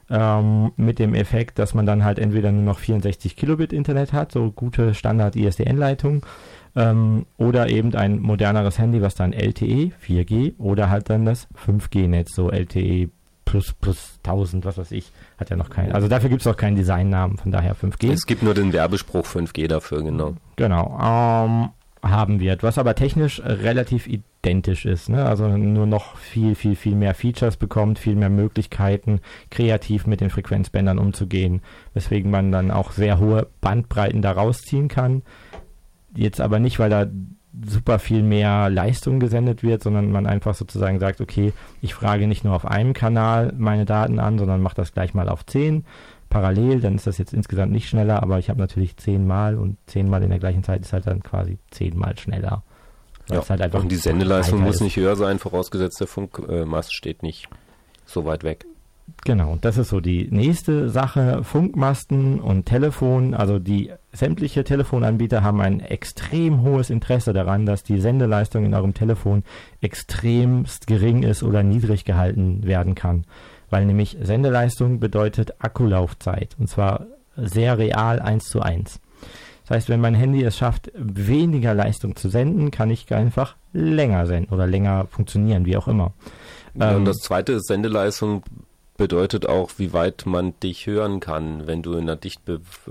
Speaker 2: Ähm, mit dem Effekt, dass man dann halt entweder nur noch vierundsechzig Kilobit Internet hat, so gute Standard-I S D N-Leitung, ähm, oder eben ein moderneres Handy, was dann L T E, vier G, oder halt dann das fünf G-Netz, so L T E plus plus tausend, was weiß ich, hat ja noch keinen. Also dafür gibt es auch keinen Designnamen, von daher fünf G.
Speaker 1: Es gibt nur den Werbespruch fünf G dafür, genau.
Speaker 2: Genau, ähm, haben wird, was aber technisch relativ identisch ist, ne? Also nur noch viel, viel, viel mehr Features bekommt, viel mehr Möglichkeiten, kreativ mit den Frequenzbändern umzugehen, weswegen man dann auch sehr hohe Bandbreiten da rausziehen kann. Jetzt aber nicht, weil da super viel mehr Leistung gesendet wird, sondern man einfach sozusagen sagt, okay, ich frage nicht nur auf einem Kanal meine Daten an, sondern mache das gleich mal auf zehn parallel, dann ist das jetzt insgesamt nicht schneller, aber ich habe natürlich zehnmal und zehnmal in der gleichen Zeit ist halt dann quasi zehnmal schneller.
Speaker 1: Ja,
Speaker 2: halt einfach
Speaker 1: und die Sendeleistung muss
Speaker 2: ist.
Speaker 1: nicht höher sein, vorausgesetzt der Funkmast steht nicht so weit weg.
Speaker 2: Genau, das ist so die nächste Sache. Funkmasten und Telefon, also die sämtliche Telefonanbieter haben ein extrem hohes Interesse daran, dass die Sendeleistung in eurem Telefon extremst gering ist oder niedrig gehalten werden kann. Weil nämlich Sendeleistung bedeutet Akkulaufzeit und zwar sehr real eins zu eins. Das heißt, wenn mein Handy es schafft, weniger Leistung zu senden, kann ich einfach länger senden oder länger funktionieren, wie auch immer.
Speaker 1: Ja,
Speaker 2: Ähm,
Speaker 1: und das zweite ist, Sendeleistung bedeutet auch, wie weit man dich hören kann. Wenn du in einer dicht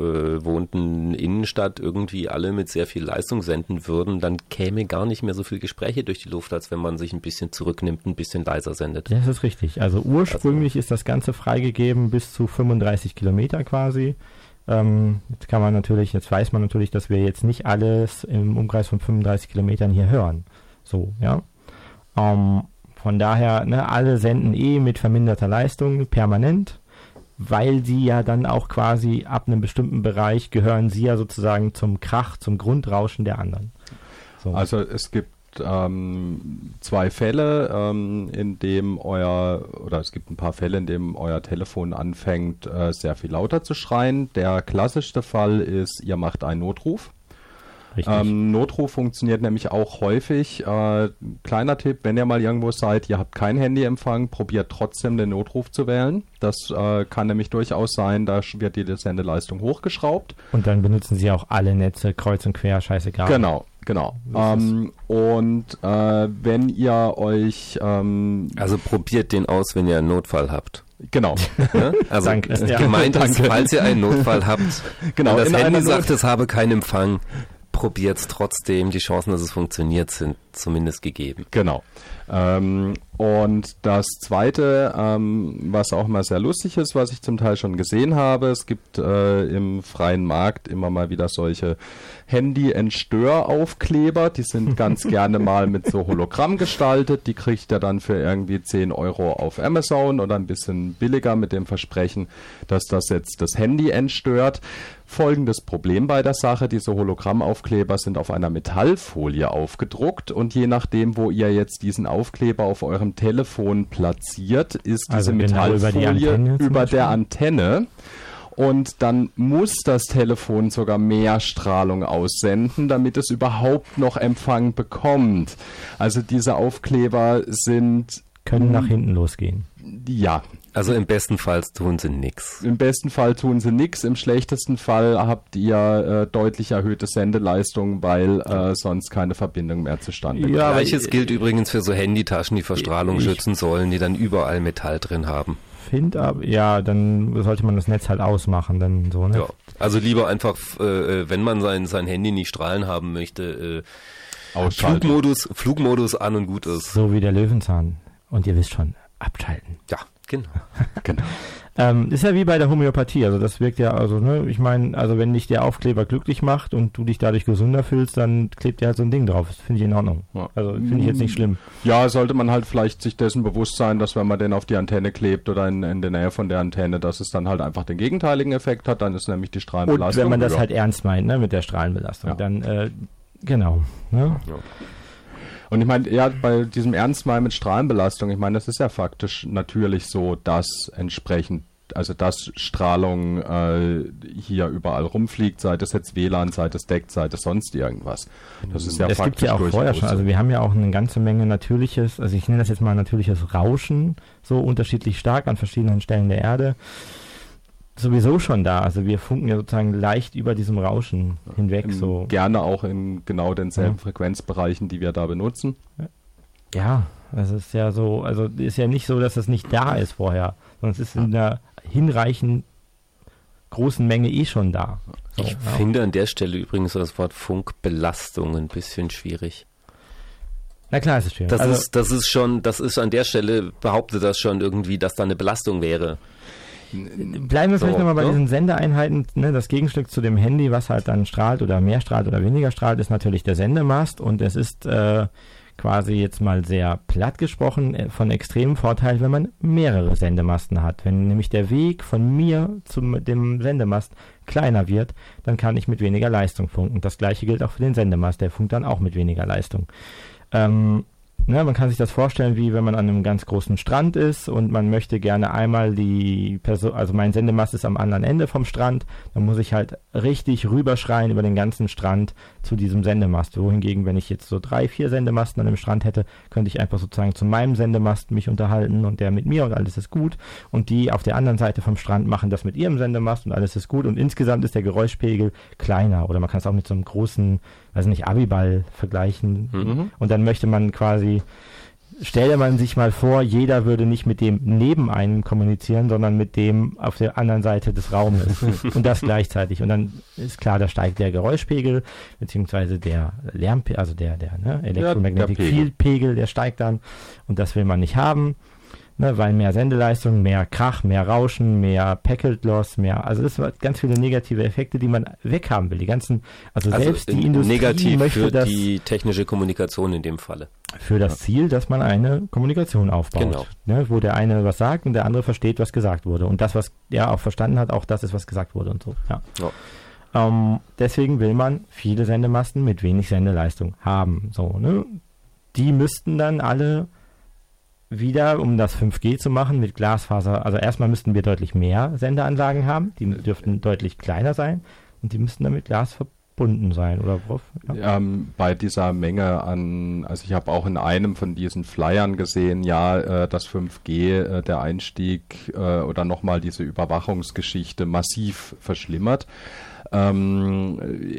Speaker 1: bewohnten Innenstadt irgendwie alle mit sehr viel Leistung senden würden, dann käme gar nicht mehr so viel Gespräche durch die Luft, als wenn man sich ein bisschen zurücknimmt, ein bisschen leiser sendet.
Speaker 2: Das ist richtig. Also ursprünglich ist das Ganze freigegeben bis zu fünfunddreißig Kilometer quasi. Ähm, jetzt kann man natürlich, jetzt weiß man natürlich, dass wir jetzt nicht alles im Umkreis von fünfunddreißig Kilometern hier hören. So, ja. Ähm, Von daher, ne, alle senden eh mit verminderter Leistung permanent, weil sie ja dann auch quasi ab einem bestimmten Bereich gehören sie ja sozusagen zum Krach, zum Grundrauschen der anderen. So.
Speaker 3: Also es gibt ähm, zwei Fälle, ähm, in dem euer, oder es gibt ein paar Fälle, in dem euer Telefon anfängt, äh, sehr viel lauter zu schreien. Der klassischste Fall ist, ihr macht einen Notruf. Ähm, Notruf funktioniert nämlich auch häufig. Äh, kleiner Tipp, wenn ihr mal irgendwo seid, ihr habt kein Handyempfang, probiert trotzdem den Notruf zu wählen. Das äh, kann nämlich durchaus sein, da wird die Sendeleistung hochgeschraubt.
Speaker 2: Und dann benutzen sie auch alle Netze kreuz und quer, scheißegal.
Speaker 3: Genau, genau. Ähm, und äh, wenn ihr euch... Ähm,
Speaker 1: also probiert den aus, wenn ihr einen Notfall habt.
Speaker 3: Genau.
Speaker 1: Ja? Also
Speaker 2: Danke.
Speaker 1: ja. Gemeint ist, falls ihr einen Notfall habt,
Speaker 3: genau,
Speaker 1: und das Handy
Speaker 3: Not-
Speaker 1: sagt, es habe keinen Empfang, probiert es trotzdem. Die Chancen, dass es funktioniert, sind zumindest gegeben.
Speaker 3: Genau. Ähm, und das Zweite, ähm, was auch mal sehr lustig ist, was ich zum Teil schon gesehen habe, es gibt äh, im freien Markt immer mal wieder solche Handy-Entstöraufkleber, die sind ganz gerne mal mit so Hologramm gestaltet, die kriegt ihr dann für irgendwie zehn Euro auf Amazon oder ein bisschen billiger mit dem Versprechen, dass das jetzt das Handy entstört. Folgendes Problem bei der Sache, diese Hologrammaufkleber sind auf einer Metallfolie aufgedruckt und je nachdem, wo ihr jetzt diesen Aufkleber auf eurem Telefon platziert, ist diese
Speaker 2: Also genau
Speaker 3: Metallfolie
Speaker 2: über die Antenne zum
Speaker 3: über
Speaker 2: Beispiel?
Speaker 3: der Antenne. Und dann muss das Telefon sogar mehr Strahlung aussenden, damit es überhaupt noch Empfang bekommt. Also diese Aufkleber sind...
Speaker 2: Können nach hinten losgehen.
Speaker 3: Ja.
Speaker 1: Also im besten Fall tun sie nichts.
Speaker 3: Im besten Fall tun sie nichts, im schlechtesten Fall habt ihr äh, deutlich erhöhte Sendeleistung, weil äh, sonst keine Verbindung mehr zustande kommt.
Speaker 1: Ja, Gleiches gilt übrigens für so Handytaschen, die vor Strahlung
Speaker 2: ich,
Speaker 1: schützen sollen, die dann überall Metall drin haben.
Speaker 2: Finde aber, ja, dann sollte man das Netz halt ausmachen, dann so, ne?
Speaker 1: Ja, also lieber einfach, äh, wenn man sein, sein Handy nicht strahlen haben möchte, äh, Flugmodus, Flugmodus an und gut ist.
Speaker 2: So wie der Löwenzahn. Und ihr wisst schon, abschalten.
Speaker 1: Ja, genau.
Speaker 3: genau.
Speaker 2: Ähm, ist ja wie bei der Homöopathie, also das wirkt ja, also ne, ich meine, also wenn dich der Aufkleber glücklich macht und du dich dadurch gesünder fühlst, dann klebt dir halt so ein Ding drauf. Das finde ich in Ordnung.
Speaker 3: Ja.
Speaker 2: Also finde ich jetzt nicht schlimm.
Speaker 3: Ja, sollte man halt vielleicht sich dessen bewusst sein, dass wenn man den auf die Antenne klebt oder in, in der Nähe von der Antenne, dass es dann halt einfach den gegenteiligen Effekt hat, dann ist nämlich die Strahlenbelastung.
Speaker 2: Und wenn man das
Speaker 3: höher.
Speaker 2: halt ernst meint, ne, mit der Strahlenbelastung,
Speaker 3: Ja.
Speaker 2: dann, äh, genau, ne?
Speaker 3: Ja. Und ich meine, ja, bei diesem Ernstmein mit Strahlenbelastung, ich meine, das ist ja faktisch natürlich so, dass entsprechend, also dass Strahlung äh, hier überall rumfliegt, sei das jetzt W L A N, sei das deckt, sei das sonst irgendwas. Das ist ja
Speaker 2: Es
Speaker 3: faktisch
Speaker 2: gibt ja auch vorher schon,
Speaker 3: so.
Speaker 2: also wir haben ja auch eine ganze Menge natürliches, also ich nenne das jetzt mal natürliches Rauschen, so unterschiedlich stark an verschiedenen Stellen der Erde. Sowieso schon da, also wir funken ja sozusagen leicht über diesem Rauschen hinweg.
Speaker 3: Im,
Speaker 2: so
Speaker 3: Gerne auch in genau denselben
Speaker 2: Ja.
Speaker 3: Frequenzbereichen, die wir da benutzen.
Speaker 2: Ja, das ist ja so, also ist ja nicht so, dass es nicht da ist vorher, sondern es ist in einer hinreichend großen Menge eh schon da. So,
Speaker 1: Ich
Speaker 2: ja.
Speaker 1: finde an der Stelle übrigens das Wort Funkbelastung ein bisschen schwierig.
Speaker 2: Na klar, ist es schwierig.
Speaker 1: Das
Speaker 2: also,
Speaker 1: ist, das ist schon, das ist an der Stelle, behauptet das schon irgendwie, dass da eine Belastung wäre.
Speaker 2: Bleiben wir vielleicht
Speaker 1: So,
Speaker 2: nochmal bei
Speaker 1: ne?
Speaker 2: diesen Sendeeinheiten. Ne, das Gegenstück zu dem Handy, was halt dann strahlt oder mehr strahlt oder weniger strahlt, ist natürlich der Sendemast. Und es ist äh, quasi jetzt mal sehr platt gesprochen äh, von extremem Vorteil, wenn man mehrere Sendemasten hat. Wenn nämlich der Weg von mir zu dem Sendemast kleiner wird, dann kann ich mit weniger Leistung funken. Das gleiche gilt auch für den Sendemast. Der funkt dann auch mit weniger Leistung. Ähm, Ne, man kann sich das vorstellen, wie wenn man an einem ganz großen Strand ist und man möchte gerne einmal die Person, also mein Sendemast ist am anderen Ende vom Strand, dann muss ich halt richtig rüberschreien über den ganzen Strand zu diesem Sendemast. Wohingegen, wenn ich jetzt so drei, vier Sendemasten an dem Strand hätte, könnte ich einfach sozusagen zu meinem Sendemast mich unterhalten und der mit mir und alles ist gut. Und die auf der anderen Seite vom Strand machen das mit ihrem Sendemast und alles ist gut. Und insgesamt ist der Geräuschpegel kleiner. Oder man kann es auch mit so einem großen, weiß nicht, Abiball vergleichen.
Speaker 3: Mhm.
Speaker 2: Und dann möchte man quasi, stelle man sich mal vor, jeder würde nicht mit dem neben einem kommunizieren, sondern mit dem auf der anderen Seite des Raumes. Und das gleichzeitig. Und dann ist klar, da steigt der Geräuschpegel, beziehungsweise der Lärmpegel, also der, der ne, Electromagnetic
Speaker 3: der Pegel.
Speaker 2: Field Pegel, der steigt dann. Und das will man nicht haben. Ne, weil mehr Sendeleistung, mehr Krach, mehr Rauschen, mehr Packet Loss, mehr, also das sind ganz viele negative Effekte, die man weghaben will. Die ganzen, also, also selbst die Industrie
Speaker 1: negativ
Speaker 2: möchte
Speaker 1: für
Speaker 2: das
Speaker 1: die technische Kommunikation in dem Falle.
Speaker 2: Für das Ziel, dass man eine Kommunikation aufbaut.
Speaker 1: Genau.
Speaker 2: Ne, wo der eine was sagt und der andere versteht, was gesagt wurde. Und das, was er auch verstanden hat, auch das ist, was gesagt wurde und so. Ja. Ja. Ähm, deswegen will man viele Sendemasten mit wenig Sendeleistung haben. So, ne? Die müssten dann alle wieder, um das fünf G zu machen, mit Glasfaser, also erstmal müssten wir deutlich mehr Sendeanlagen haben, die dürften deutlich kleiner sein und die müssten dann mit Glas verbunden sein, oder worauf?
Speaker 3: Ja. Ähm, bei dieser Menge an, also ich habe auch in einem von diesen Flyern gesehen, ja, äh, dass fünf G äh, der Einstieg äh, oder nochmal diese Überwachungsgeschichte massiv verschlimmert. Ähm,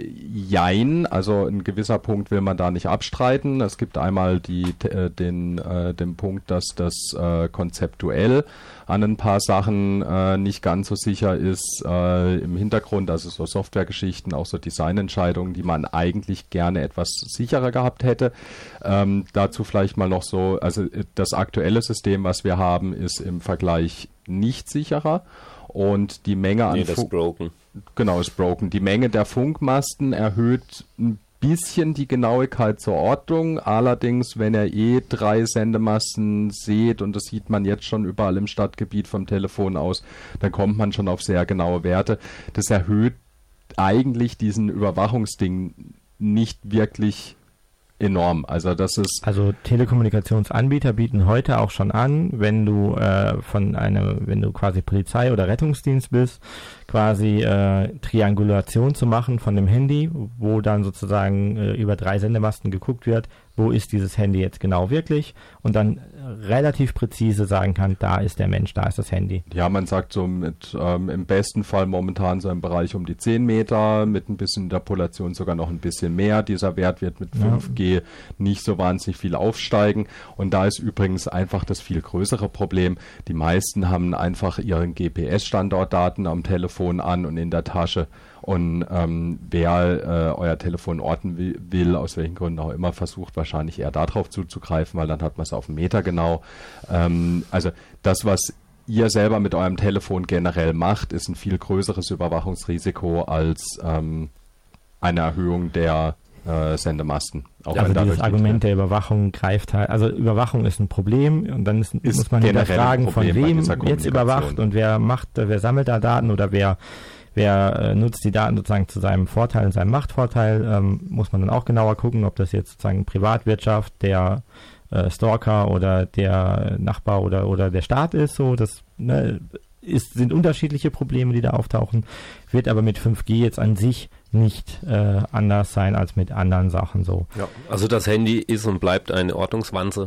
Speaker 3: jein, also ein gewisser Punkt will man da nicht abstreiten. Es gibt einmal die, äh, den, äh, den Punkt, dass das äh, konzeptuell an ein paar Sachen äh, nicht ganz so sicher ist äh, im Hintergrund, also so Softwaregeschichten, auch so Designentscheidungen, die man eigentlich gerne etwas sicherer gehabt hätte. Ähm, dazu vielleicht mal noch so, also das aktuelle System, was wir haben, ist im Vergleich nicht sicherer. Und die Menge an
Speaker 1: nee, das ist broken.
Speaker 3: Genau, ist broken. Die Menge der Funkmasten erhöht ein bisschen die Genauigkeit zur Ortung. Allerdings, wenn ihr eh drei Sendemasten seht, und das sieht man jetzt schon überall im Stadtgebiet vom Telefon aus, dann kommt man schon auf sehr genaue Werte. Das erhöht eigentlich diesen Überwachungsding nicht wirklich enorm. Also das ist
Speaker 2: also Telekommunikationsanbieter bieten heute auch schon an, wenn du äh, von einem, wenn du quasi Polizei oder Rettungsdienst bist, quasi äh, Triangulation zu machen von dem Handy, wo dann sozusagen äh, über drei Sendemasten geguckt wird, wo ist dieses Handy jetzt genau wirklich, und dann relativ präzise sagen kann, da ist der Mensch, da ist das Handy.
Speaker 3: Ja, man sagt so mit ähm, im besten Fall momentan so im Bereich um die zehn Meter, mit ein bisschen Interpolation sogar noch ein bisschen mehr. Dieser Wert wird mit fünf G ja. nicht so wahnsinnig viel aufsteigen, und da ist übrigens einfach das viel größere Problem. Die meisten haben einfach ihren G P S-Standortdaten am Telefon an und in der Tasche. Und ähm, wer äh, euer Telefon orten will, will, aus welchen Gründen auch immer, versucht wahrscheinlich eher darauf zuzugreifen, weil dann hat man es auf einen Meter genau. Ähm, also das, was ihr selber mit eurem Telefon generell macht, ist ein viel größeres Überwachungsrisiko als ähm, eine Erhöhung der äh, Sendemasten.
Speaker 2: Auch also dieses Argument der Überwachung greift halt, also Überwachung ist ein Problem, und dann ist, ist muss man hinterfragen, von wem jetzt überwacht und wer macht, wer sammelt da Daten oder wer Wer äh, nutzt die Daten sozusagen zu seinem Vorteil und seinem Machtvorteil, ähm, muss man dann auch genauer gucken, ob das jetzt sozusagen Privatwirtschaft, der äh, Stalker oder der Nachbar oder oder der Staat ist. So, das ne, ist, sind unterschiedliche Probleme, die da auftauchen, wird aber mit fünf G jetzt an sich nicht äh, anders sein als mit anderen Sachen. So.
Speaker 1: Ja, also das Handy ist und bleibt eine Ordnungswanze.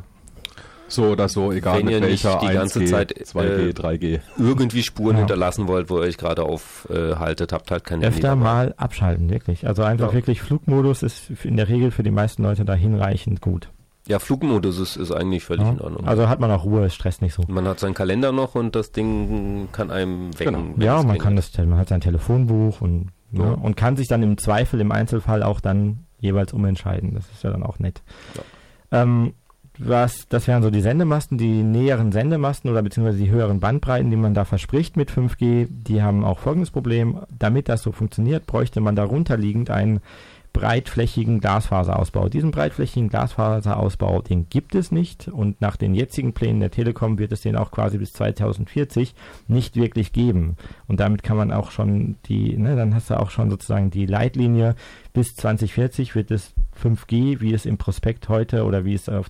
Speaker 3: So oder so, egal
Speaker 1: wenn
Speaker 3: mit
Speaker 1: ihr
Speaker 3: welcher,
Speaker 1: nicht die ganze
Speaker 3: eins G,
Speaker 1: Zeit
Speaker 3: zwei G,
Speaker 1: äh,
Speaker 3: drei G
Speaker 1: irgendwie Spuren
Speaker 2: ja.
Speaker 1: hinterlassen wollt, wo ihr euch gerade aufhaltet, habt halt kein
Speaker 2: Öfter
Speaker 1: Handy
Speaker 2: mal abschalten, wirklich. Also einfach ja. wirklich Flugmodus ist in der Regel für die meisten Leute da hinreichend gut.
Speaker 1: Ja, Flugmodus ist, ist eigentlich völlig
Speaker 2: ja.
Speaker 1: in Ordnung.
Speaker 2: Also hat man auch Ruhe, es stresst nicht so.
Speaker 1: Man hat seinen Kalender noch und das Ding kann einem wecken.
Speaker 2: Genau. Ja, man kann das, man hat sein Telefonbuch und,
Speaker 1: ja.
Speaker 2: ne, und kann sich dann im Zweifel, im Einzelfall auch dann jeweils umentscheiden. Das ist ja dann auch nett. Ja. Ähm, Was, das wären so die Sendemasten, die näheren Sendemasten oder beziehungsweise die höheren Bandbreiten, die man da verspricht mit fünf G, die haben auch folgendes Problem. Damit das so funktioniert, bräuchte man darunter liegend einen breitflächigen Glasfaserausbau. Diesen breitflächigen Glasfaserausbau, den gibt es nicht, und nach den jetzigen Plänen der Telekom wird es den auch quasi bis zweitausendvierzig nicht wirklich geben. Und damit kann man auch schon die, ne, dann hast du auch schon sozusagen die Leitlinie, bis zweitausendvierzig wird es fünf G, wie es im Prospekt heute oder wie es auf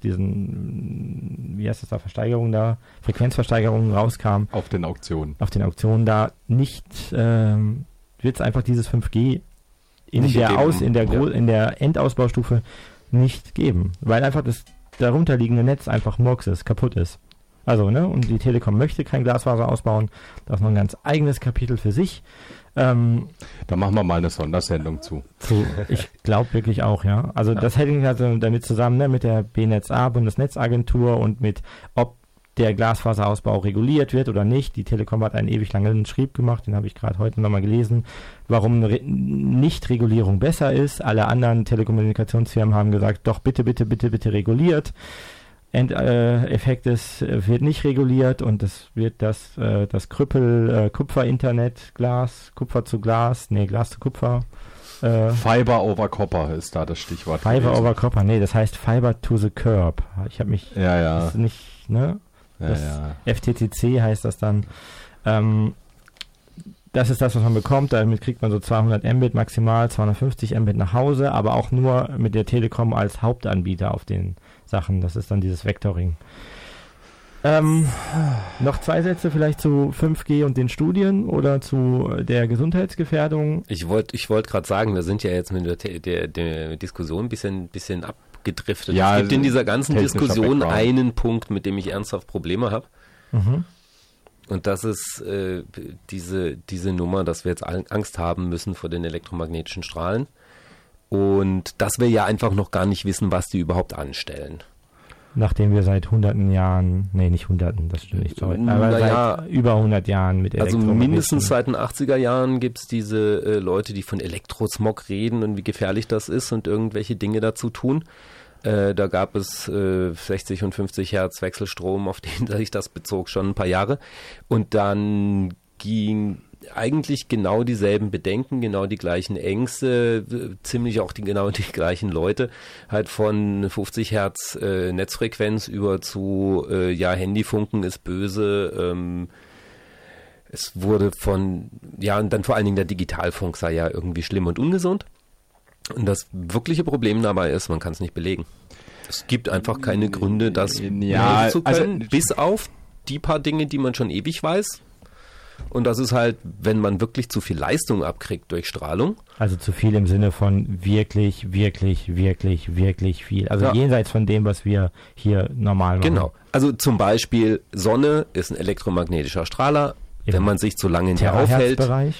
Speaker 2: diesen, wie heißt das da, Versteigerungen da, Frequenzversteigerungen rauskam.
Speaker 3: Auf den Auktionen.
Speaker 2: Auf den Auktionen da nicht, ähm, wird es einfach dieses fünf G in der, Aus, in, der Gro- ja. in der Endausbaustufe nicht geben, weil einfach das darunterliegende Netz einfach Murks ist, kaputt ist. Also, ne, und die Telekom möchte kein Glasfaser ausbauen, das ist noch ein ganz eigenes Kapitel für sich. Ähm,
Speaker 3: da machen wir mal eine Sondersendung zu.
Speaker 2: zu ich glaube wirklich auch, ja. Also ja. das hängt also damit zusammen, ne, mit der B N E T Z A, Bundesnetzagentur, und mit, ob der Glasfaserausbau reguliert wird oder nicht. Die Telekom hat einen ewig langen Schrieb gemacht, den habe ich gerade heute nochmal gelesen, warum Re- Nicht-Regulierung besser ist. Alle anderen Telekommunikationsfirmen haben gesagt, doch bitte, bitte, bitte, bitte reguliert. Endeffekt äh, ist, wird nicht reguliert und es wird das, äh, das Krüppel äh, Kupfer-Internet, Glas, Kupfer zu Glas, nee, Glas zu Kupfer.
Speaker 3: Äh, Fiber over Copper ist da das Stichwort.
Speaker 2: Fiber gewesen. over Copper, nee, das heißt Fiber to the Curb. Ich habe mich,
Speaker 3: ja, ja.
Speaker 2: Das ist nicht, ne? Das
Speaker 3: ja, ja.
Speaker 2: F T T C heißt das dann. Ähm, das ist das, was man bekommt. Damit kriegt man so zweihundert Mbit maximal, zweihundertfünfzig Mbit nach Hause, aber auch nur mit der Telekom als Hauptanbieter auf den Sachen. Das ist dann dieses Vectoring. Ähm, noch zwei Sätze vielleicht zu fünf G und den Studien oder zu der Gesundheitsgefährdung.
Speaker 1: Ich wollte ich wollte gerade sagen, wir sind ja jetzt mit der, der, der Diskussion ein bisschen, bisschen abgedriftet.
Speaker 3: Ja,
Speaker 1: es gibt in dieser ganzen Diskussion
Speaker 3: Background.
Speaker 1: einen Punkt, mit dem ich ernsthaft Probleme habe.
Speaker 2: Mhm.
Speaker 1: Und das ist äh, diese, diese Nummer, dass wir jetzt Angst haben müssen vor den elektromagnetischen Strahlen. Und dass wir ja einfach noch gar nicht wissen, was die überhaupt anstellen.
Speaker 2: Nachdem wir seit hunderten Jahren, nee, nicht hunderten, das stimmt nicht, sorry, aber
Speaker 1: naja,
Speaker 2: seit über hundert Jahren mit
Speaker 1: Also mindestens seit den achtziger Jahren gibt es diese äh, Leute, die von Elektrosmog reden und wie gefährlich das ist und irgendwelche Dinge dazu tun. Äh, da gab es äh, sechzig und fünfzig Hertz Wechselstrom, auf den sich das bezog, schon ein paar Jahre. Und dann ging eigentlich genau dieselben Bedenken, genau die gleichen Ängste, ziemlich auch die genau die gleichen Leute, halt von fünfzig Hertz äh, Netzfrequenz über zu, äh, ja, Handyfunken ist böse, ähm, es wurde von, ja, und dann vor allen Dingen der Digitalfunk sei ja irgendwie schlimm und ungesund. Und das wirkliche Problem dabei ist, man kann es nicht belegen. Es gibt einfach keine Gründe, das
Speaker 3: ja,
Speaker 1: melden zu können,
Speaker 3: also,
Speaker 1: bis auf die paar Dinge, die man schon ewig weiß. Und das ist halt, wenn man wirklich zu viel Leistung abkriegt durch Strahlung.
Speaker 2: Also zu viel im Sinne von wirklich, wirklich, wirklich, wirklich viel. Also ja. jenseits von dem, was wir hier normal machen.
Speaker 1: Genau. Also zum Beispiel Sonne ist ein elektromagnetischer Strahler. Im wenn man sich zu lange in der aufhält.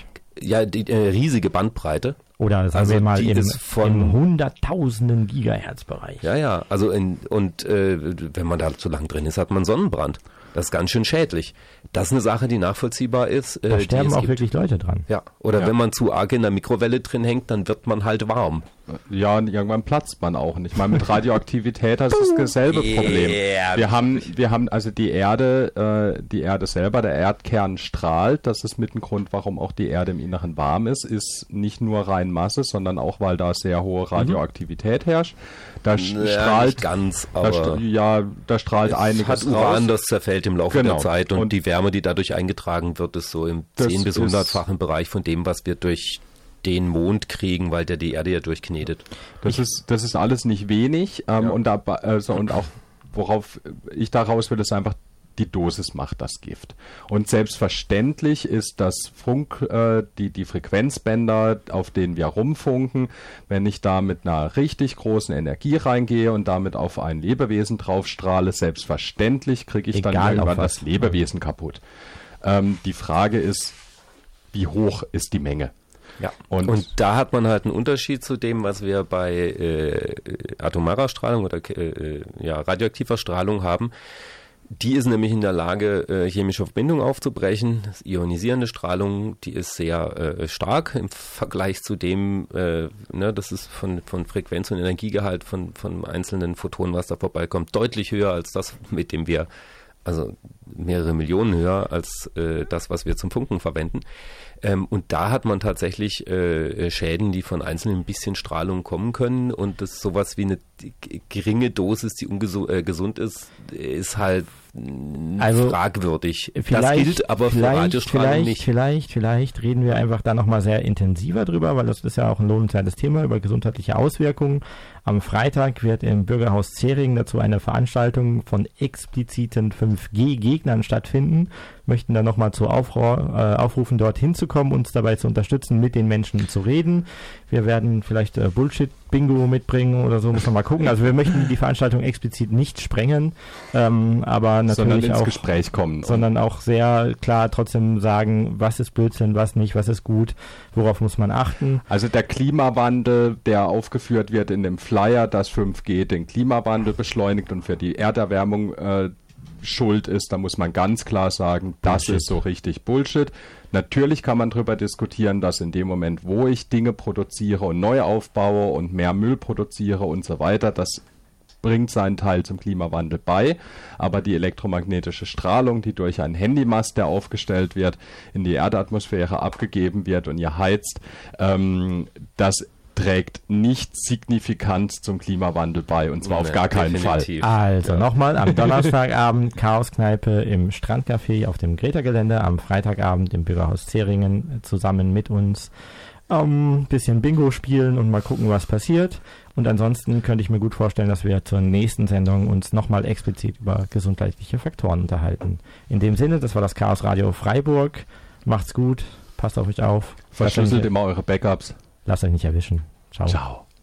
Speaker 1: Ja, die äh, riesige Bandbreite.
Speaker 2: Oder sagen
Speaker 1: also
Speaker 2: wir mal im,
Speaker 1: von,
Speaker 2: im hunderttausenden Gigahertz-Bereich.
Speaker 1: Ja, ja. Also in, und äh, wenn man da zu lang drin ist, hat man Sonnenbrand. Das ist ganz schön schädlich. Das ist eine Sache, die nachvollziehbar ist.
Speaker 2: Da
Speaker 1: äh,
Speaker 2: sterben auch
Speaker 1: gibt.
Speaker 2: wirklich Leute dran.
Speaker 1: Ja, oder
Speaker 3: ja.
Speaker 1: wenn man zu arg in der Mikrowelle drin hängt, dann wird man halt warm.
Speaker 3: Ja, und irgendwann platzt man auch. Und ich meine, mit Radioaktivität das ist dasselbe Problem.
Speaker 1: Yeah.
Speaker 3: Wir haben, wir haben also die Erde, äh, die Erde selber, der Erdkern strahlt. Das ist mit ein Grund, warum auch die Erde im Inneren warm ist. Ist nicht nur rein Masse, sondern auch, weil da sehr hohe Radioaktivität mhm. herrscht. Da
Speaker 1: ja,
Speaker 3: strahlt
Speaker 1: nicht ganz,
Speaker 3: da
Speaker 1: aber
Speaker 3: st- ja, da strahlt
Speaker 1: es
Speaker 3: einiges
Speaker 1: hat Uran,
Speaker 3: raus.
Speaker 1: das zerfällt im Laufe
Speaker 3: Genau.
Speaker 1: der Zeit und,
Speaker 3: Und
Speaker 1: die Wärme, die dadurch eingetragen wird, ist so im
Speaker 3: Das
Speaker 1: zehn bis
Speaker 3: ist-
Speaker 1: hundertfachen Bereich von dem, was wir durch den Mond kriegen, weil der die Erde ja durchknetet.
Speaker 3: Das ist, das ist alles nicht wenig. Ähm,
Speaker 1: Ja.
Speaker 3: und, da, also, und auch, worauf ich daraus will, ist einfach, die Dosis macht das Gift. Und selbstverständlich ist das Funk, äh, die, die Frequenzbänder, auf denen wir rumfunken, wenn ich da mit einer richtig großen Energie reingehe und damit auf ein Lebewesen draufstrahle, selbstverständlich kriege ich
Speaker 2: Egal
Speaker 3: dann
Speaker 2: auf
Speaker 3: irgendwann
Speaker 2: was.
Speaker 3: das Lebewesen kaputt. Ähm, die Frage ist, wie hoch ist die Menge?
Speaker 1: Ja.
Speaker 3: Und,
Speaker 1: Und da hat man halt einen Unterschied zu dem, was wir bei äh, atomarer Strahlung oder äh, ja, radioaktiver Strahlung haben. Die ist nämlich in der Lage, äh, chemische Verbindungen aufzubrechen. Das ionisierende Strahlung, die ist sehr äh, stark im Vergleich zu dem, äh, ne, das ist von, von Frequenz und Energiegehalt von, von einzelnen Photonen, was da vorbeikommt, deutlich höher als das, mit dem wir, also mehrere Millionen höher als äh, das, was wir zum Funken verwenden. Ähm, und da hat man tatsächlich äh, Schäden, die von einzelnen ein bisschen Strahlung kommen können. Und das ist sowas wie eine g- geringe Dosis, die ungesund äh, gesund ist, ist halt mh,
Speaker 2: Also,
Speaker 1: fragwürdig. Das
Speaker 2: Vielleicht,
Speaker 1: gilt aber für
Speaker 2: vielleicht,
Speaker 1: Radiostrahlung
Speaker 2: vielleicht,
Speaker 1: nicht.
Speaker 2: Vielleicht, vielleicht reden wir einfach da nochmal sehr intensiver drüber, weil das ist ja auch ein lohnenswertes Thema über gesundheitliche Auswirkungen. Am Freitag wird im Bürgerhaus Zähringen dazu eine Veranstaltung von expliziten fünf G Gegnern stattfinden. Möchten da nochmal zu Aufru- äh, aufrufen, dort hinzukommen, uns dabei zu unterstützen, mit den Menschen zu reden. Wir werden vielleicht äh, Bullshit-Bingo mitbringen oder so, muss man mal gucken. Also wir möchten die Veranstaltung explizit nicht sprengen, ähm, aber natürlich
Speaker 3: sondern ins
Speaker 2: auch
Speaker 3: Gespräch kommen.
Speaker 2: sondern auch sehr klar trotzdem sagen, was ist Blödsinn, was nicht, was ist gut, worauf muss man achten.
Speaker 3: Also der Klimawandel, der aufgeführt wird in dem Flyer, dass fünf G den Klimawandel beschleunigt und für die Erderwärmung äh, schuld ist, da muss man ganz klar sagen, das
Speaker 2: Bullshit.
Speaker 3: ist so richtig Bullshit. Natürlich kann man darüber diskutieren, dass in dem Moment, wo ich Dinge produziere und neu aufbaue und mehr Müll produziere und so weiter, dass bringt seinen Teil zum Klimawandel bei, aber die elektromagnetische Strahlung, die durch einen Handymast, der aufgestellt wird, in die Erdatmosphäre abgegeben wird und ihr heizt, ähm, das trägt nicht signifikant zum Klimawandel bei, und zwar nee, auf gar keinen definitiv.
Speaker 2: Fall. Also ja. Nochmal am Donnerstagabend Chaoskneipe im Strandcafé auf dem Greta-Gelände, am Freitagabend im Bürgerhaus Zeringen zusammen mit uns ein um, bisschen Bingo spielen und mal gucken, was passiert. Und ansonsten könnte ich mir gut vorstellen, dass wir zur nächsten Sendung uns nochmal explizit über gesundheitliche Faktoren unterhalten. In dem Sinne, das war das Chaos Radio Freiburg. Macht's gut, passt auf euch auf.
Speaker 3: Verschlüsselt immer eure Backups.
Speaker 2: Lasst euch nicht erwischen. Ciao.
Speaker 3: Ciao.